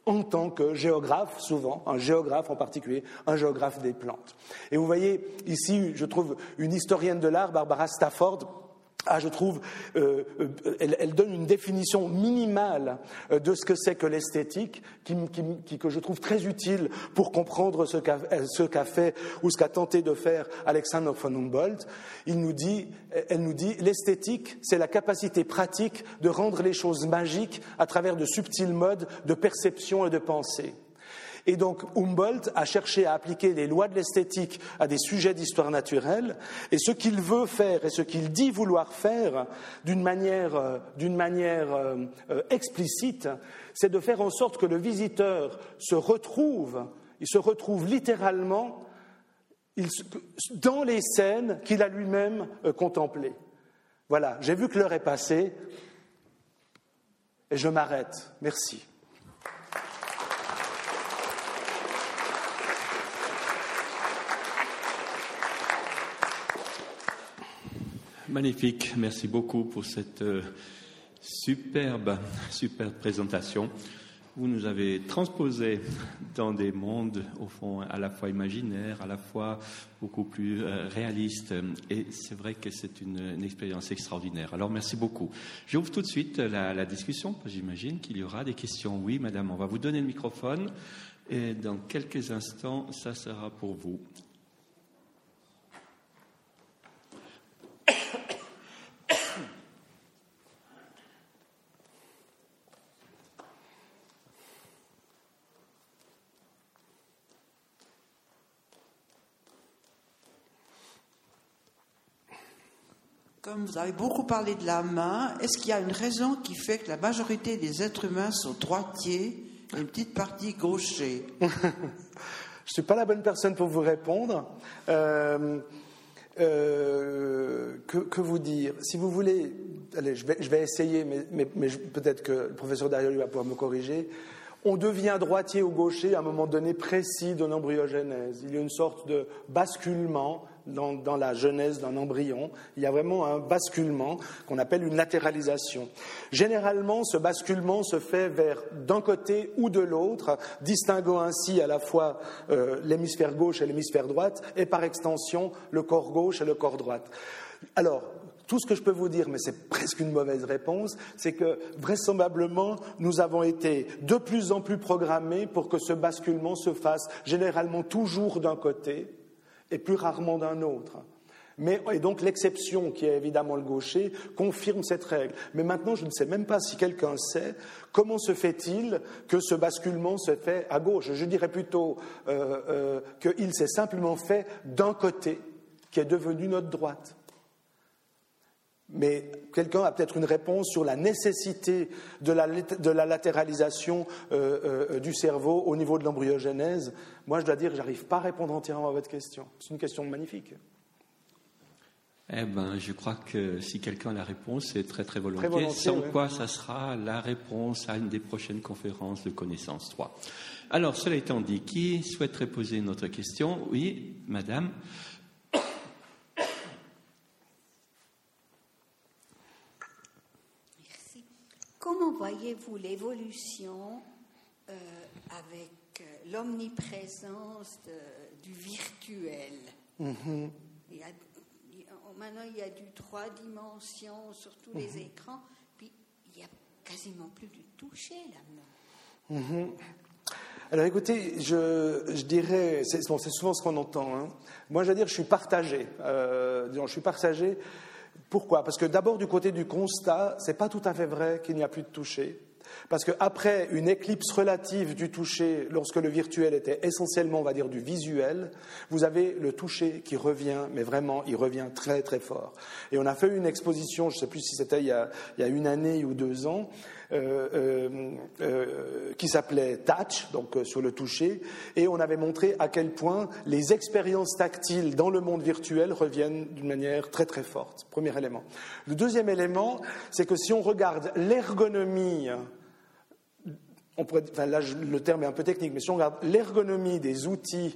en tant que géographe, souvent, un géographe en particulier, un géographe des plantes. Et vous voyez ici, je trouve, une historienne de l'art, Barbara Stafford, ah, je trouve, euh, elle, elle donne une définition minimale de ce que c'est que l'esthétique, qui, qui, qui, que je trouve très utile pour comprendre ce qu'a, ce qu'a fait ou ce qu'a tenté de faire Alexander von Humboldt. Il nous dit, elle nous dit, l'esthétique, c'est la capacité pratique de rendre les choses magiques à travers de subtils modes de perception et de pensée. Et donc Humboldt a cherché à appliquer les lois de l'esthétique à des sujets d'histoire naturelle, et ce qu'il veut faire et ce qu'il dit vouloir faire d'une manière, d'une manière euh, euh, explicite, c'est de faire en sorte que le visiteur se retrouve, il se retrouve littéralement il, dans les scènes qu'il a lui-même euh, contemplées. Voilà, j'ai vu que l'heure est passée et je m'arrête. Merci. Magnifique, merci beaucoup pour cette euh, superbe, superbe présentation. Vous nous avez transposé dans des mondes, au fond, à la fois imaginaires, à la fois beaucoup plus euh, réalistes. Et c'est vrai que c'est une, une expérience extraordinaire. Alors, merci beaucoup. J'ouvre tout de suite la, la discussion, parce que j'imagine qu'il y aura des questions. Oui, madame, on va vous donner le microphone. Et dans quelques instants, ça sera pour vous. Comme vous avez beaucoup parlé de la main, est-ce qu'il y a une raison qui fait que la majorité des êtres humains sont droitiers et une petite partie gauchers? Je ne suis pas la bonne personne pour vous répondre. Euh, euh, que, que vous dire? Si vous voulez, allez, je vais, je vais essayer, mais, mais, mais je, peut-être que le professeur Darioli va pouvoir me corriger. On devient droitier ou gaucher à un moment donné précis de l'embryogenèse. Il y a une sorte de basculement dans, dans la genèse d'un embryon. Il y a vraiment un basculement qu'on appelle une latéralisation. Généralement, ce basculement se fait vers d'un côté ou de l'autre, distinguant ainsi à la fois euh, l'hémisphère gauche et l'hémisphère droite, et par extension le corps gauche et le corps droite. Alors, tout ce que je peux vous dire, mais c'est presque une mauvaise réponse, c'est que vraisemblablement, nous avons été de plus en plus programmés pour que ce basculement se fasse généralement toujours d'un côté et plus rarement d'un autre. Mais, et donc l'exception, qui est évidemment le gaucher, confirme cette règle. Mais maintenant, je ne sais même pas si quelqu'un sait comment se fait-il que ce basculement se fait à gauche. Je dirais plutôt euh, euh, qu'il s'est simplement fait d'un côté, qui est devenu notre droite. Mais quelqu'un a peut-être une réponse sur la nécessité de la, de la latéralisation euh, euh, du cerveau au niveau de l'embryogenèse. Moi, je dois dire que je n'arrive pas à répondre entièrement à votre question. C'est une question magnifique. Eh bien, je crois que si quelqu'un a la réponse, c'est très très volontiers, très volontiers sans oui. quoi ça sera la réponse à une des prochaines conférences de Connaissance trois. Alors, cela étant dit, qui souhaiterait poser une autre question? Oui, madame. Comment voyez-vous l'évolution euh, avec euh, l'omniprésence de, du virtuel? Mm-hmm. il y a, il, Maintenant, il y a du trois dimensions sur tous mm-hmm. les écrans, puis il n'y a quasiment plus du toucher là-dedans. Mm-hmm. Alors écoutez, je, je dirais, c'est, bon, c'est souvent ce qu'on entend. Hein. Moi, je veux dire, je suis partagé. Euh, disons, je suis partagé. Pourquoi? Parce que d'abord, du côté du constat, ce n'est pas tout à fait vrai qu'il n'y a plus de toucher. Parce qu'après une éclipse relative du toucher, lorsque le virtuel était essentiellement, on va dire, du visuel, vous avez le toucher qui revient, mais vraiment, il revient très très fort. Et on a fait une exposition, je ne sais plus si c'était il y a, il y a une année ou deux ans, euh, euh, euh, qui s'appelait Touch, donc euh, sur le toucher, et on avait montré à quel point les expériences tactiles dans le monde virtuel reviennent d'une manière très très forte. Premier élément. Le deuxième élément, c'est que si on regarde l'ergonomie, on pourrait, enfin là le terme est un peu technique, mais si on regarde l'ergonomie des outils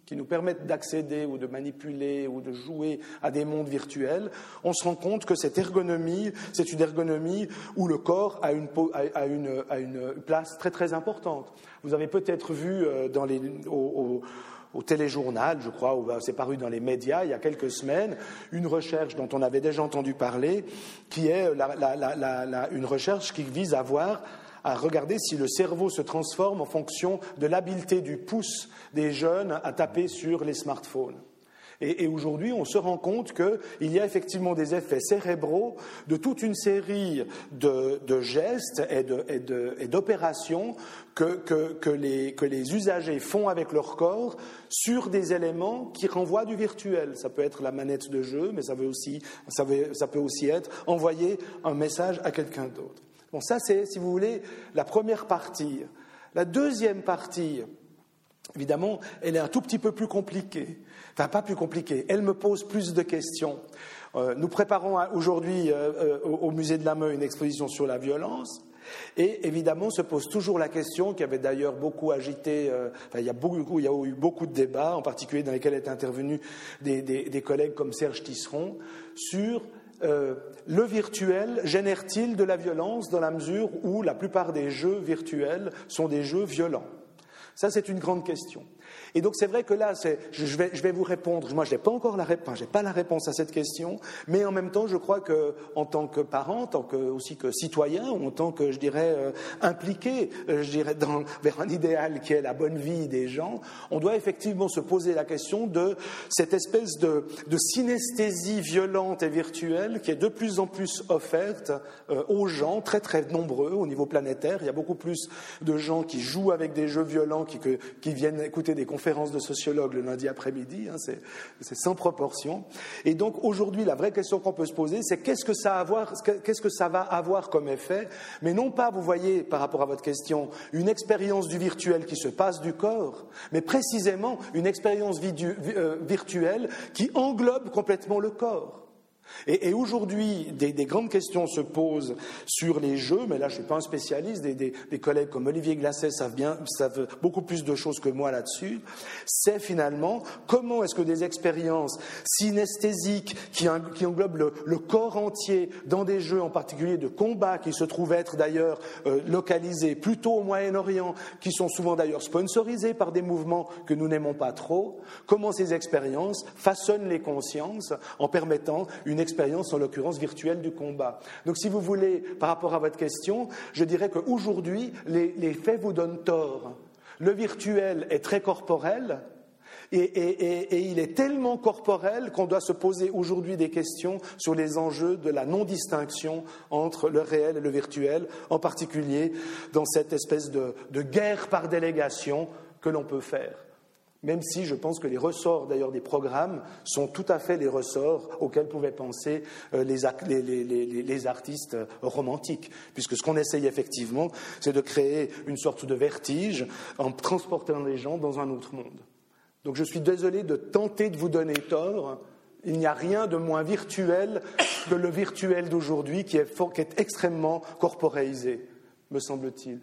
qui nous permettent d'accéder ou de manipuler ou de jouer à des mondes virtuels, on se rend compte que cette ergonomie, c'est une ergonomie où le corps a une, a une, a une place très très importante. Vous avez peut-être vu dans les, au, au, au téléjournal, je crois, ou c'est paru dans les médias il y a quelques semaines, une recherche dont on avait déjà entendu parler, qui est la, la, la, la, la, une recherche qui vise à voir à regarder si le cerveau se transforme en fonction de l'habileté du pouce des jeunes à taper sur les smartphones. Et, et aujourd'hui, on se rend compte qu'il y a effectivement des effets cérébraux de toute une série de, de gestes et, de, et, de, et d'opérations que, que, que, les, que les usagers font avec leur corps sur des éléments qui renvoient du virtuel. Ça peut être la manette de jeu, mais ça, veut aussi, ça, veut, ça peut aussi être envoyer un message à quelqu'un d'autre. Bon, ça, c'est, si vous voulez, la première partie. La deuxième partie, évidemment, elle est un tout petit peu plus compliquée. Enfin, pas plus compliquée, elle me pose plus de questions. Euh, nous préparons aujourd'hui euh, au, au Musée de la Meuse une exposition sur la violence. Et évidemment, se pose toujours la question, qui avait d'ailleurs beaucoup agité, euh, enfin, il y a beaucoup, il y a eu beaucoup de débats, en particulier dans lesquels étaient intervenus des, des, des collègues comme Serge Tisseron, sur Euh, le virtuel génère-t-il de la violence dans la mesure où la plupart des jeux virtuels sont des jeux violents? Ça, c'est une grande question. Et donc, c'est vrai que là, c'est, je, vais, je vais vous répondre. Moi, je n'ai pas encore la réponse, j'ai pas la réponse à cette question, mais en même temps, je crois que, en tant que parent, en tant que, aussi que citoyen, ou en tant que, je dirais, euh, impliqué, euh, je dirais, dans, vers un idéal qui est la bonne vie des gens, on doit effectivement se poser la question de cette espèce de, de synesthésie violente et virtuelle qui est de plus en plus offerte euh, aux gens, très très nombreux au niveau planétaire. Il y a beaucoup plus de gens qui jouent avec des jeux violents, qui, que, qui viennent écouter des conférences de sociologues le lundi après-midi, hein, c'est, c'est sans proportion. Et donc aujourd'hui, la vraie question qu'on peut se poser, c'est qu'est-ce que ça, avoir, qu'est-ce que ça va avoir comme effet, mais non pas, vous voyez, par rapport à votre question, une expérience du virtuel qui se passe du corps, mais précisément une expérience vidu, euh, virtuelle qui englobe complètement le corps. Et, et aujourd'hui, des, des grandes questions se posent sur les jeux, mais là je ne suis pas un spécialiste, des, des, des collègues comme Olivier Glasset savent, bien, savent beaucoup plus de choses que moi là-dessus, c'est finalement comment est-ce que des expériences synesthésiques qui, qui englobent le, le corps entier dans des jeux en particulier de combat qui se trouvent être d'ailleurs euh, localisés plutôt au Moyen-Orient, qui sont souvent d'ailleurs sponsorisés par des mouvements que nous n'aimons pas trop, comment ces expériences façonnent les consciences en permettant une expérience, en l'occurrence virtuelle, du combat. Donc, si vous voulez, par rapport à votre question, je dirais qu'aujourd'hui, les, les faits vous donnent tort. Le virtuel est très corporel et, et, et, et il est tellement corporel qu'on doit se poser aujourd'hui des questions sur les enjeux de la non-distinction entre le réel et le virtuel, en particulier dans cette espèce de, de guerre par délégation que l'on peut faire. Même si je pense que les ressorts d'ailleurs des programmes sont tout à fait les ressorts auxquels pouvaient penser les, les, les, les, les artistes romantiques, puisque ce qu'on essaye effectivement, c'est de créer une sorte de vertige en transportant les gens dans un autre monde. Donc je suis désolé de tenter de vous donner tort. Il n'y a rien de moins virtuel que le virtuel d'aujourd'hui qui est, fort, qui est extrêmement corporéisé, me semble-t-il.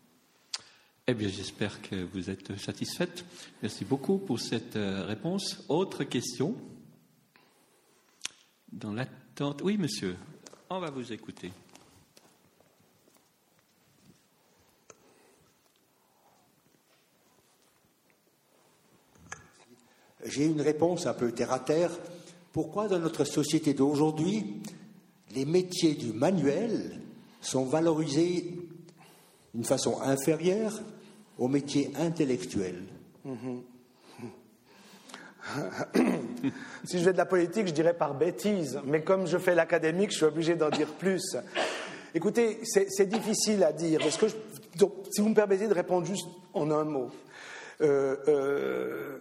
Eh bien, j'espère que vous êtes satisfaite. Merci beaucoup pour cette réponse. Autre question? Dans l'attente... Oui, monsieur, on va vous écouter. J'ai une réponse un peu terre-à-terre. Pourquoi, dans notre société d'aujourd'hui, les métiers du manuel sont valorisés d'une façon inférieure aux métiers intellectuels? Mmh. Si je fais de la politique, je dirais par bêtise, mais comme je fais l'académique, je suis obligé d'en dire plus. Écoutez, c'est, c'est difficile à dire. Est-ce que je, donc, si vous me permettez de répondre juste en un mot. Euh, euh,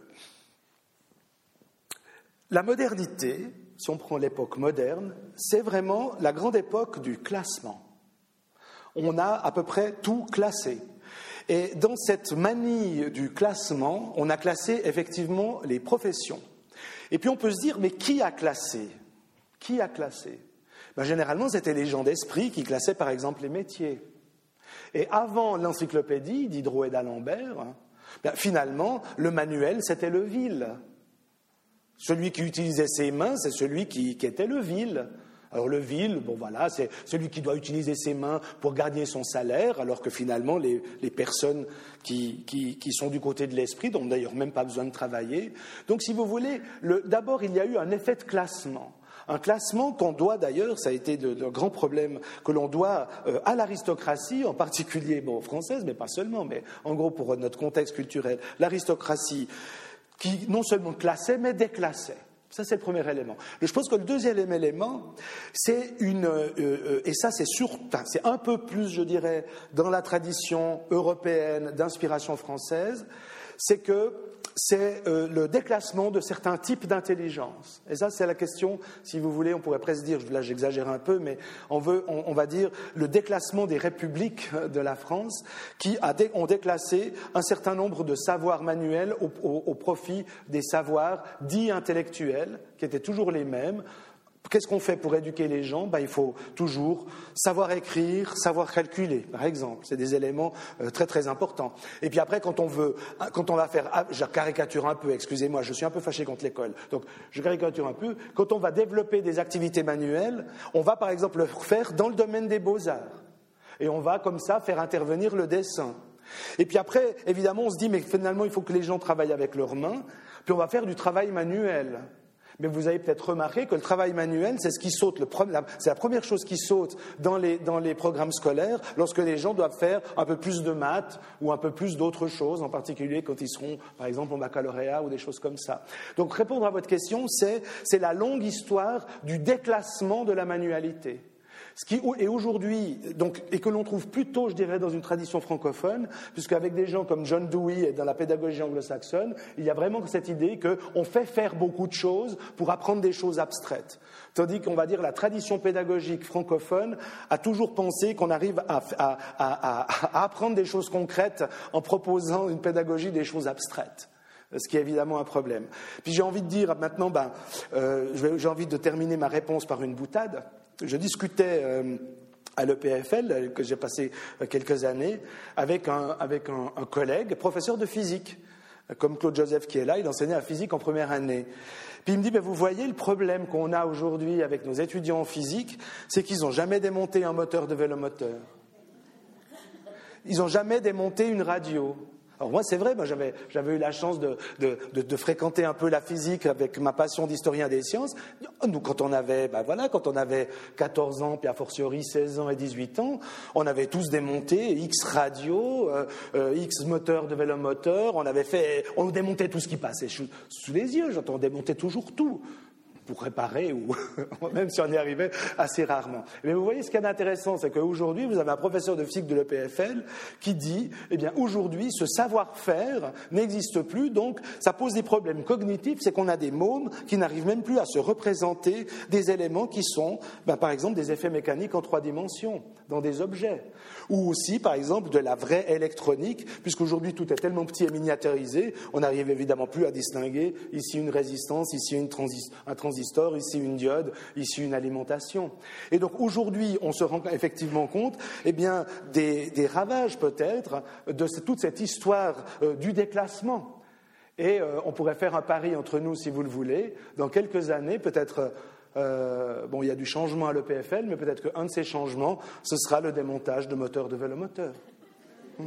la modernité, si on prend l'époque moderne, c'est vraiment la grande époque du classement. On a à peu près tout classé. Et dans cette manie du classement, on a classé effectivement les professions. Et puis on peut se dire, mais qui a classé? Qui a classé? Ben, généralement, c'était les gens d'esprit qui classaient par exemple les métiers. Et avant l'encyclopédie Diderot et d'Alembert, Bien, finalement, le manuel, c'était le vil. Celui qui utilisait ses mains, c'est celui qui, qui était le vil. Alors le vil, bon voilà, c'est celui qui doit utiliser ses mains pour gagner son salaire, alors que finalement les, les personnes qui, qui, qui sont du côté de l'esprit n'ont d'ailleurs même pas besoin de travailler. Donc si vous voulez, le, d'abord il y a eu un effet de classement. Un classement qu'on doit d'ailleurs, ça a été le, le grand problème que l'on doit euh, à l'aristocratie, en particulier bon, française, mais pas seulement, mais en gros pour notre contexte culturel, l'aristocratie qui non seulement classait, mais déclassait. Ça, c'est le premier élément. Je pense que le deuxième élément, c'est une... Euh, euh, et ça, c'est sur, enfin, c'est un peu plus, je dirais, dans la tradition européenne d'inspiration française, c'est que c'est euh, le déclassement de certains types d'intelligence. Et ça, c'est la question, si vous voulez, on pourrait presque dire, là j'exagère un peu, mais on, veut, on, on va dire le déclassement des républiques de la France qui a dé, ont déclassé un certain nombre de savoirs manuels au, au, au profit des savoirs dits intellectuels, qui étaient toujours les mêmes. Qu'est-ce qu'on fait pour éduquer les gens? Ben, il faut toujours savoir écrire, savoir calculer, par exemple. C'est des éléments euh, très très importants. Et puis après, quand on veut, quand on va faire, ah, je caricature un peu, excusez-moi, je suis un peu fâché contre l'école. Donc, je caricature un peu. Quand on va développer des activités manuelles, on va par exemple le faire dans le domaine des beaux-arts. Et on va comme ça faire intervenir le dessin. Et puis après, évidemment, on se dit, mais finalement, il faut que les gens travaillent avec leurs mains. Puis on va faire du travail manuel. Mais vous avez peut-être remarqué que le travail manuel, c'est ce qui saute, le, c'est la première chose qui saute dans les, dans les programmes scolaires lorsque les gens doivent faire un peu plus de maths ou un peu plus d'autres choses, en particulier quand ils seront, par exemple, en baccalauréat ou des choses comme ça. Donc, répondre à votre question, c'est, c'est la longue histoire du déclassement de la manualité. Ce qui est aujourd'hui, donc, et que l'on trouve plutôt, je dirais, dans une tradition francophone, puisqu'avec des gens comme John Dewey et dans la pédagogie anglo-saxonne, il y a vraiment cette idée qu'on fait faire beaucoup de choses pour apprendre des choses abstraites. Tandis qu'on va dire la tradition pédagogique francophone a toujours pensé qu'on arrive à, à, à, à apprendre des choses concrètes en proposant une pédagogie des choses abstraites. Ce qui est évidemment un problème. Puis j'ai envie de dire maintenant, ben, euh, j'ai envie de terminer ma réponse par une boutade. Je discutais euh, à l'E P F L, que j'ai passé quelques années, avec un, avec un, un collègue, professeur de physique, comme Claude Joseph qui est là, il enseignait la physique en première année. Puis il me dit, ben, vous voyez, le problème qu'on a aujourd'hui avec nos étudiants en physique, c'est qu'ils n'ont jamais démonté un moteur de vélomoteur. Ils n'ont jamais démonté une radio. Alors moi, c'est vrai, moi, j'avais, j'avais eu la chance de, de, de, de fréquenter un peu la physique avec ma passion d'historien des sciences. Nous, quand on avait, ben voilà, quand on avait quatorze ans, puis a fortiori seize ans et dix-huit ans, on avait tous démonté X radio, euh, euh, X moteur de vélomoteur, on avait fait, on démontait tout ce qui passait sous, sous les yeux, j'entends, on démontait toujours tout. Pour réparer, ou même si on y arrivait assez rarement. Mais vous voyez, ce qui est intéressant, c'est qu'aujourd'hui, vous avez un professeur de physique de l'E P F L qui dit, eh bien, aujourd'hui, ce savoir-faire n'existe plus, donc ça pose des problèmes cognitifs, c'est qu'on a des mômes qui n'arrivent même plus à se représenter des éléments qui sont, ben, par exemple, des effets mécaniques en trois dimensions, dans des objets. Ou aussi, par exemple, de la vraie électronique, puisqu'aujourd'hui, tout est tellement petit et miniaturisé, on n'arrive évidemment plus à distinguer ici une résistance, ici une transi- un transistor, ici une diode, ici une alimentation. Et donc aujourd'hui, on se rend effectivement compte eh bien, des, des ravages peut-être de toute cette histoire euh, du déclassement. Et euh, on pourrait faire un pari entre nous, si vous le voulez, dans quelques années, peut-être... Euh, bon, il y a du changement à l'E P F L, mais peut-être qu'un de ces changements, ce sera le démontage de moteurs de vélomoteur. Hmm.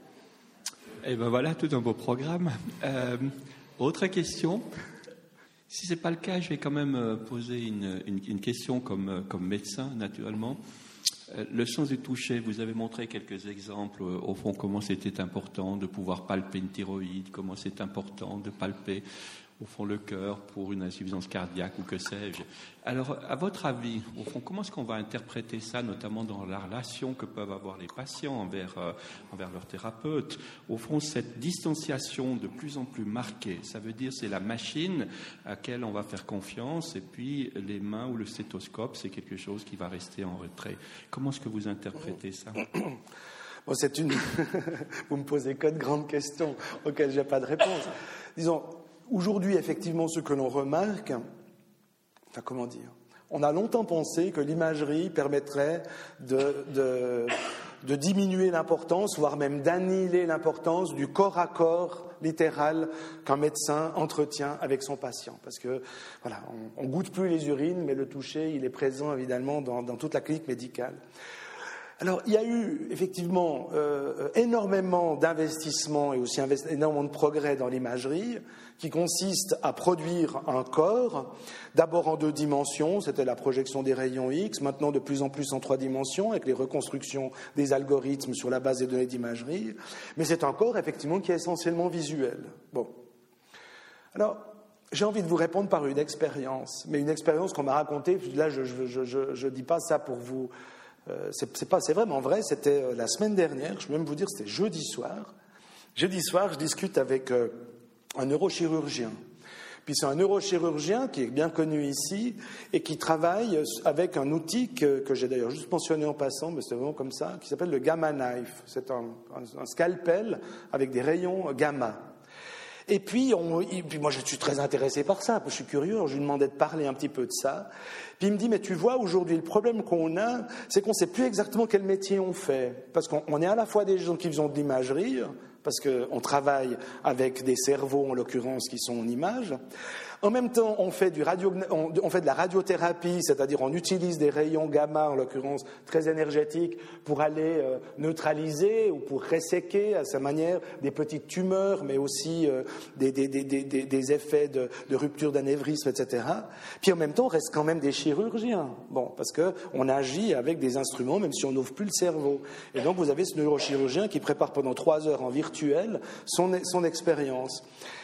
Et ben voilà, tout un beau programme. Euh, autre question. Si ce n'est pas le cas, je vais quand même poser une, une, une question comme, comme médecin, naturellement. Euh, le sens du toucher, vous avez montré quelques exemples, euh, au fond, comment c'était important de pouvoir palper une thyroïde, comment c'est important de palper, au fond, le cœur pour une insuffisance cardiaque ou que sais-je. Alors, à votre avis, au fond, comment est-ce qu'on va interpréter ça, notamment dans la relation que peuvent avoir les patients envers, euh, envers leur thérapeute? Au fond, cette distanciation de plus en plus marquée, ça veut dire c'est la machine à laquelle on va faire confiance et puis les mains ou le stéthoscope, c'est quelque chose qui va rester en retrait. Comment est-ce que vous interprétez ça? Bon, c'est une... vous me posez que de grandes questions auxquelles je n'ai pas de réponse. Disons... Aujourd'hui, effectivement, ce que l'on remarque, enfin, comment dire, on a longtemps pensé que l'imagerie permettrait de, de, de diminuer l'importance, voire même d'annihiler l'importance du corps à corps littéral qu'un médecin entretient avec son patient. Parce que, voilà, on ne goûte plus les urines, mais le toucher, il est présent évidemment dans, dans toute la clinique médicale. Alors, il y a eu effectivement euh, énormément d'investissements et aussi invest- énormément de progrès dans l'imagerie qui consiste à produire un corps, d'abord en deux dimensions, c'était la projection des rayons X, maintenant de plus en plus en trois dimensions avec les reconstructions des algorithmes sur la base des données d'imagerie, mais c'est un corps effectivement qui est essentiellement visuel. Bon. Alors, j'ai envie de vous répondre par une expérience, mais une expérience qu'on m'a racontée, là je ne dis pas ça pour vous... Euh, c'est, c'est, pas, c'est vraiment vrai, c'était euh, la semaine dernière, je peux même vous dire, c'était jeudi soir. Jeudi soir, je discute avec euh, un neurochirurgien. Puis c'est un neurochirurgien qui est bien connu ici et qui travaille avec un outil que, que j'ai d'ailleurs juste mentionné en passant, mais c'est vraiment comme ça, qui s'appelle le Gamma Knife. C'est un, un, un scalpel avec des rayons gamma. Et puis, on, et puis moi je suis très intéressé par ça, je suis curieux, je lui demandais de parler un petit peu de ça. Puis il me dit, mais tu vois, aujourd'hui, le problème qu'on a, c'est qu'on ne sait plus exactement quel métier on fait. Parce qu'on on est à la fois des gens qui font de l'imagerie, parce qu'on travaille avec des cerveaux, en l'occurrence, qui sont en image. En même temps, on fait, du radio, on, on fait de la radiothérapie, c'est-à-dire on utilise des rayons gamma, en l'occurrence très énergétiques, pour aller euh, neutraliser ou pour resséquer à sa manière des petites tumeurs, mais aussi euh, des, des, des, des, des effets de, de rupture d'anévrisme, et cetera. Puis en même temps, on reste quand même des chirurgiens, bon, parce qu'on agit avec des instruments, même si on n'ouvre plus le cerveau. Et donc vous avez ce neurochirurgien qui prépare pendant trois heures en virtuel son, son expérience.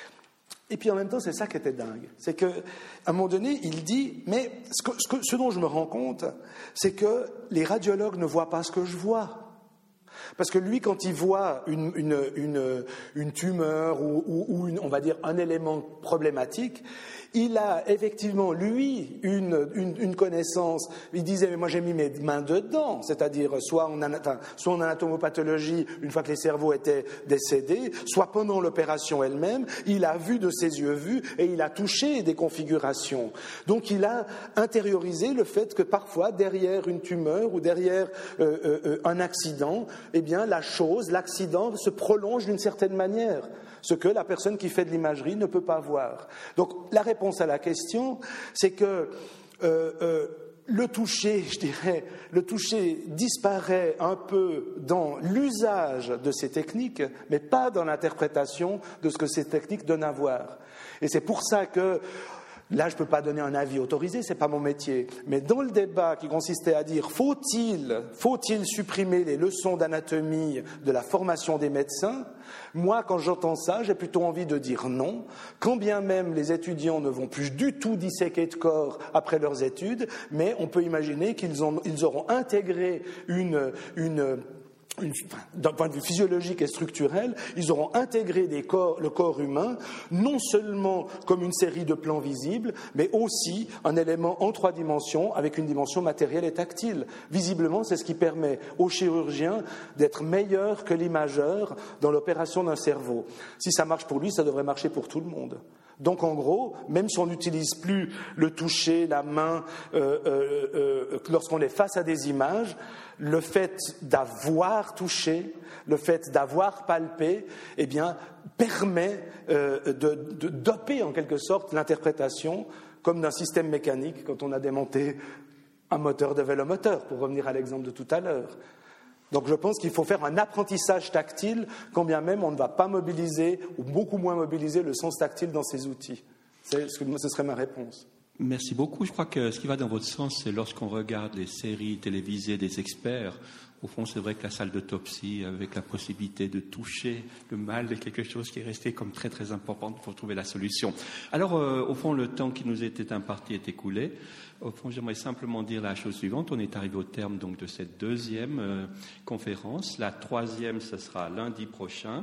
Et puis en même temps, c'est ça qui était dingue. C'est qu'à un moment donné, il dit, mais ce, que, ce, que, ce dont je me rends compte, c'est que les radiologues ne voient pas ce que je vois. Parce que lui, quand il voit une, une, une, une tumeur ou, ou, ou une, on va dire un élément problématique, il a effectivement, lui, une, une, une connaissance. Il disait, mais moi j'ai mis mes mains dedans, c'est-à-dire soit en, enfin, soit en anatomopathologie, une fois que les cerveaux étaient décédés, soit pendant l'opération elle-même, il a vu de ses yeux vus et il a touché des configurations. Donc il a intériorisé le fait que parfois, derrière une tumeur ou derrière euh, euh, un accident, eh bien la chose, l'accident se prolonge d'une certaine manière, ce que la personne qui fait de l'imagerie ne peut pas voir. Donc la réponse à la question, c'est que euh, euh, le toucher, je dirais, le toucher disparaît un peu dans l'usage de ces techniques, mais pas dans l'interprétation de ce que ces techniques donnent à voir. Et c'est pour ça que là, je ne peux pas donner un avis autorisé, ce n'est pas mon métier. Mais dans le débat qui consistait à dire faut-il, faut-il supprimer les leçons d'anatomie de la formation des médecins, moi, quand j'entends ça, j'ai plutôt envie de dire non, quand bien même les étudiants ne vont plus du tout disséquer de corps après leurs études, mais on peut imaginer qu'ils ont, ils auront intégré une... une Une, d'un point de vue physiologique et structurel, ils auront intégré des corps, le corps humain, non seulement comme une série de plans visibles, mais aussi un élément en trois dimensions avec une dimension matérielle et tactile. Visiblement, c'est ce qui permet aux chirurgiens d'être meilleurs que l'imageur dans l'opération d'un cerveau. Si ça marche pour lui, ça devrait marcher pour tout le monde. Donc en gros, même si on n'utilise plus le toucher, la main, euh, euh, euh, lorsqu'on est face à des images, le fait d'avoir touché, le fait d'avoir palpé, eh bien, permet euh, de, de doper en quelque sorte l'interprétation comme d'un système mécanique quand on a démonté un moteur de vélomoteur, pour revenir à l'exemple de tout à l'heure. Donc je pense qu'il faut faire un apprentissage tactile, quand bien même on ne va pas mobiliser, ou beaucoup moins mobiliser, le sens tactile dans ces outils. C'est, ce serait ma réponse. Merci beaucoup. Je crois que ce qui va dans votre sens, c'est lorsqu'on regarde les séries télévisées des experts. Au fond, c'est vrai que la salle d'autopsie, avec la possibilité de toucher le mal, est quelque chose qui est resté comme très très important pour trouver la solution. Alors, euh, au fond, le temps qui nous était imparti est écoulé. Au fond, j'aimerais simplement dire la chose suivante. On est arrivé au terme donc de cette deuxième euh, conférence. La troisième, ce sera lundi prochain.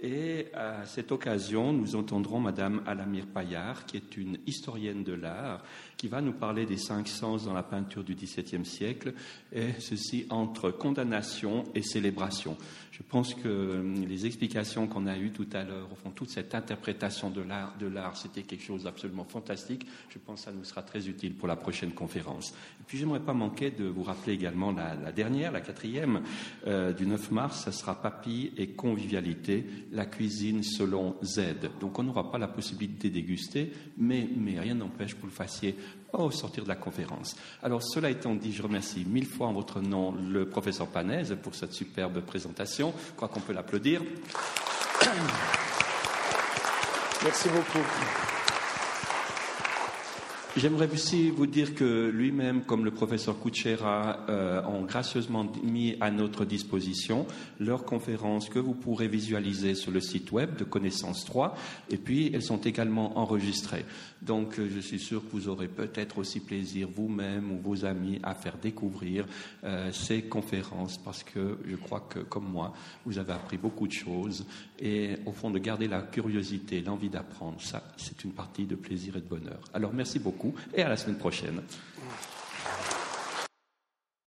Et à cette occasion, nous entendrons Madame Alamir Payard, qui est une historienne de l'art, qui va nous parler des cinq sens dans la peinture du XVIIe siècle, et ceci entre condamnation et célébration. Je pense que les explications qu'on a eues tout à l'heure, au fond, toute cette interprétation de l'art, de l'art, c'était quelque chose d'absolument fantastique. Je pense que ça nous sera très utile pour la prochaine conférence. Et puis, j'aimerais pas manquer de vous rappeler également la, la dernière, la quatrième, euh, du neuf mars, ça sera Papilles et convivialité, la cuisine selon Z. Donc, on n'aura pas la possibilité de déguster, mais, mais rien n'empêche que vous le fassiez au sortir de la conférence. Alors, cela étant dit, je remercie mille fois en votre nom le professeur Panaise pour cette superbe présentation. Je crois qu'on peut l'applaudir. Merci beaucoup. J'aimerais aussi vous dire que lui-même, comme le professeur Kuchera, euh, ont gracieusement mis à notre disposition leurs conférences que vous pourrez visualiser sur le site web de Connaissance trois, et puis elles sont également enregistrées. Donc euh, je suis sûr que vous aurez peut-être aussi plaisir, vous-même ou vos amis, à faire découvrir euh, ces conférences, parce que je crois que, comme moi, vous avez appris beaucoup de choses, et au fond, de garder la curiosité, l'envie d'apprendre, ça, c'est une partie de plaisir et de bonheur. Alors merci beaucoup. Et à la semaine prochaine.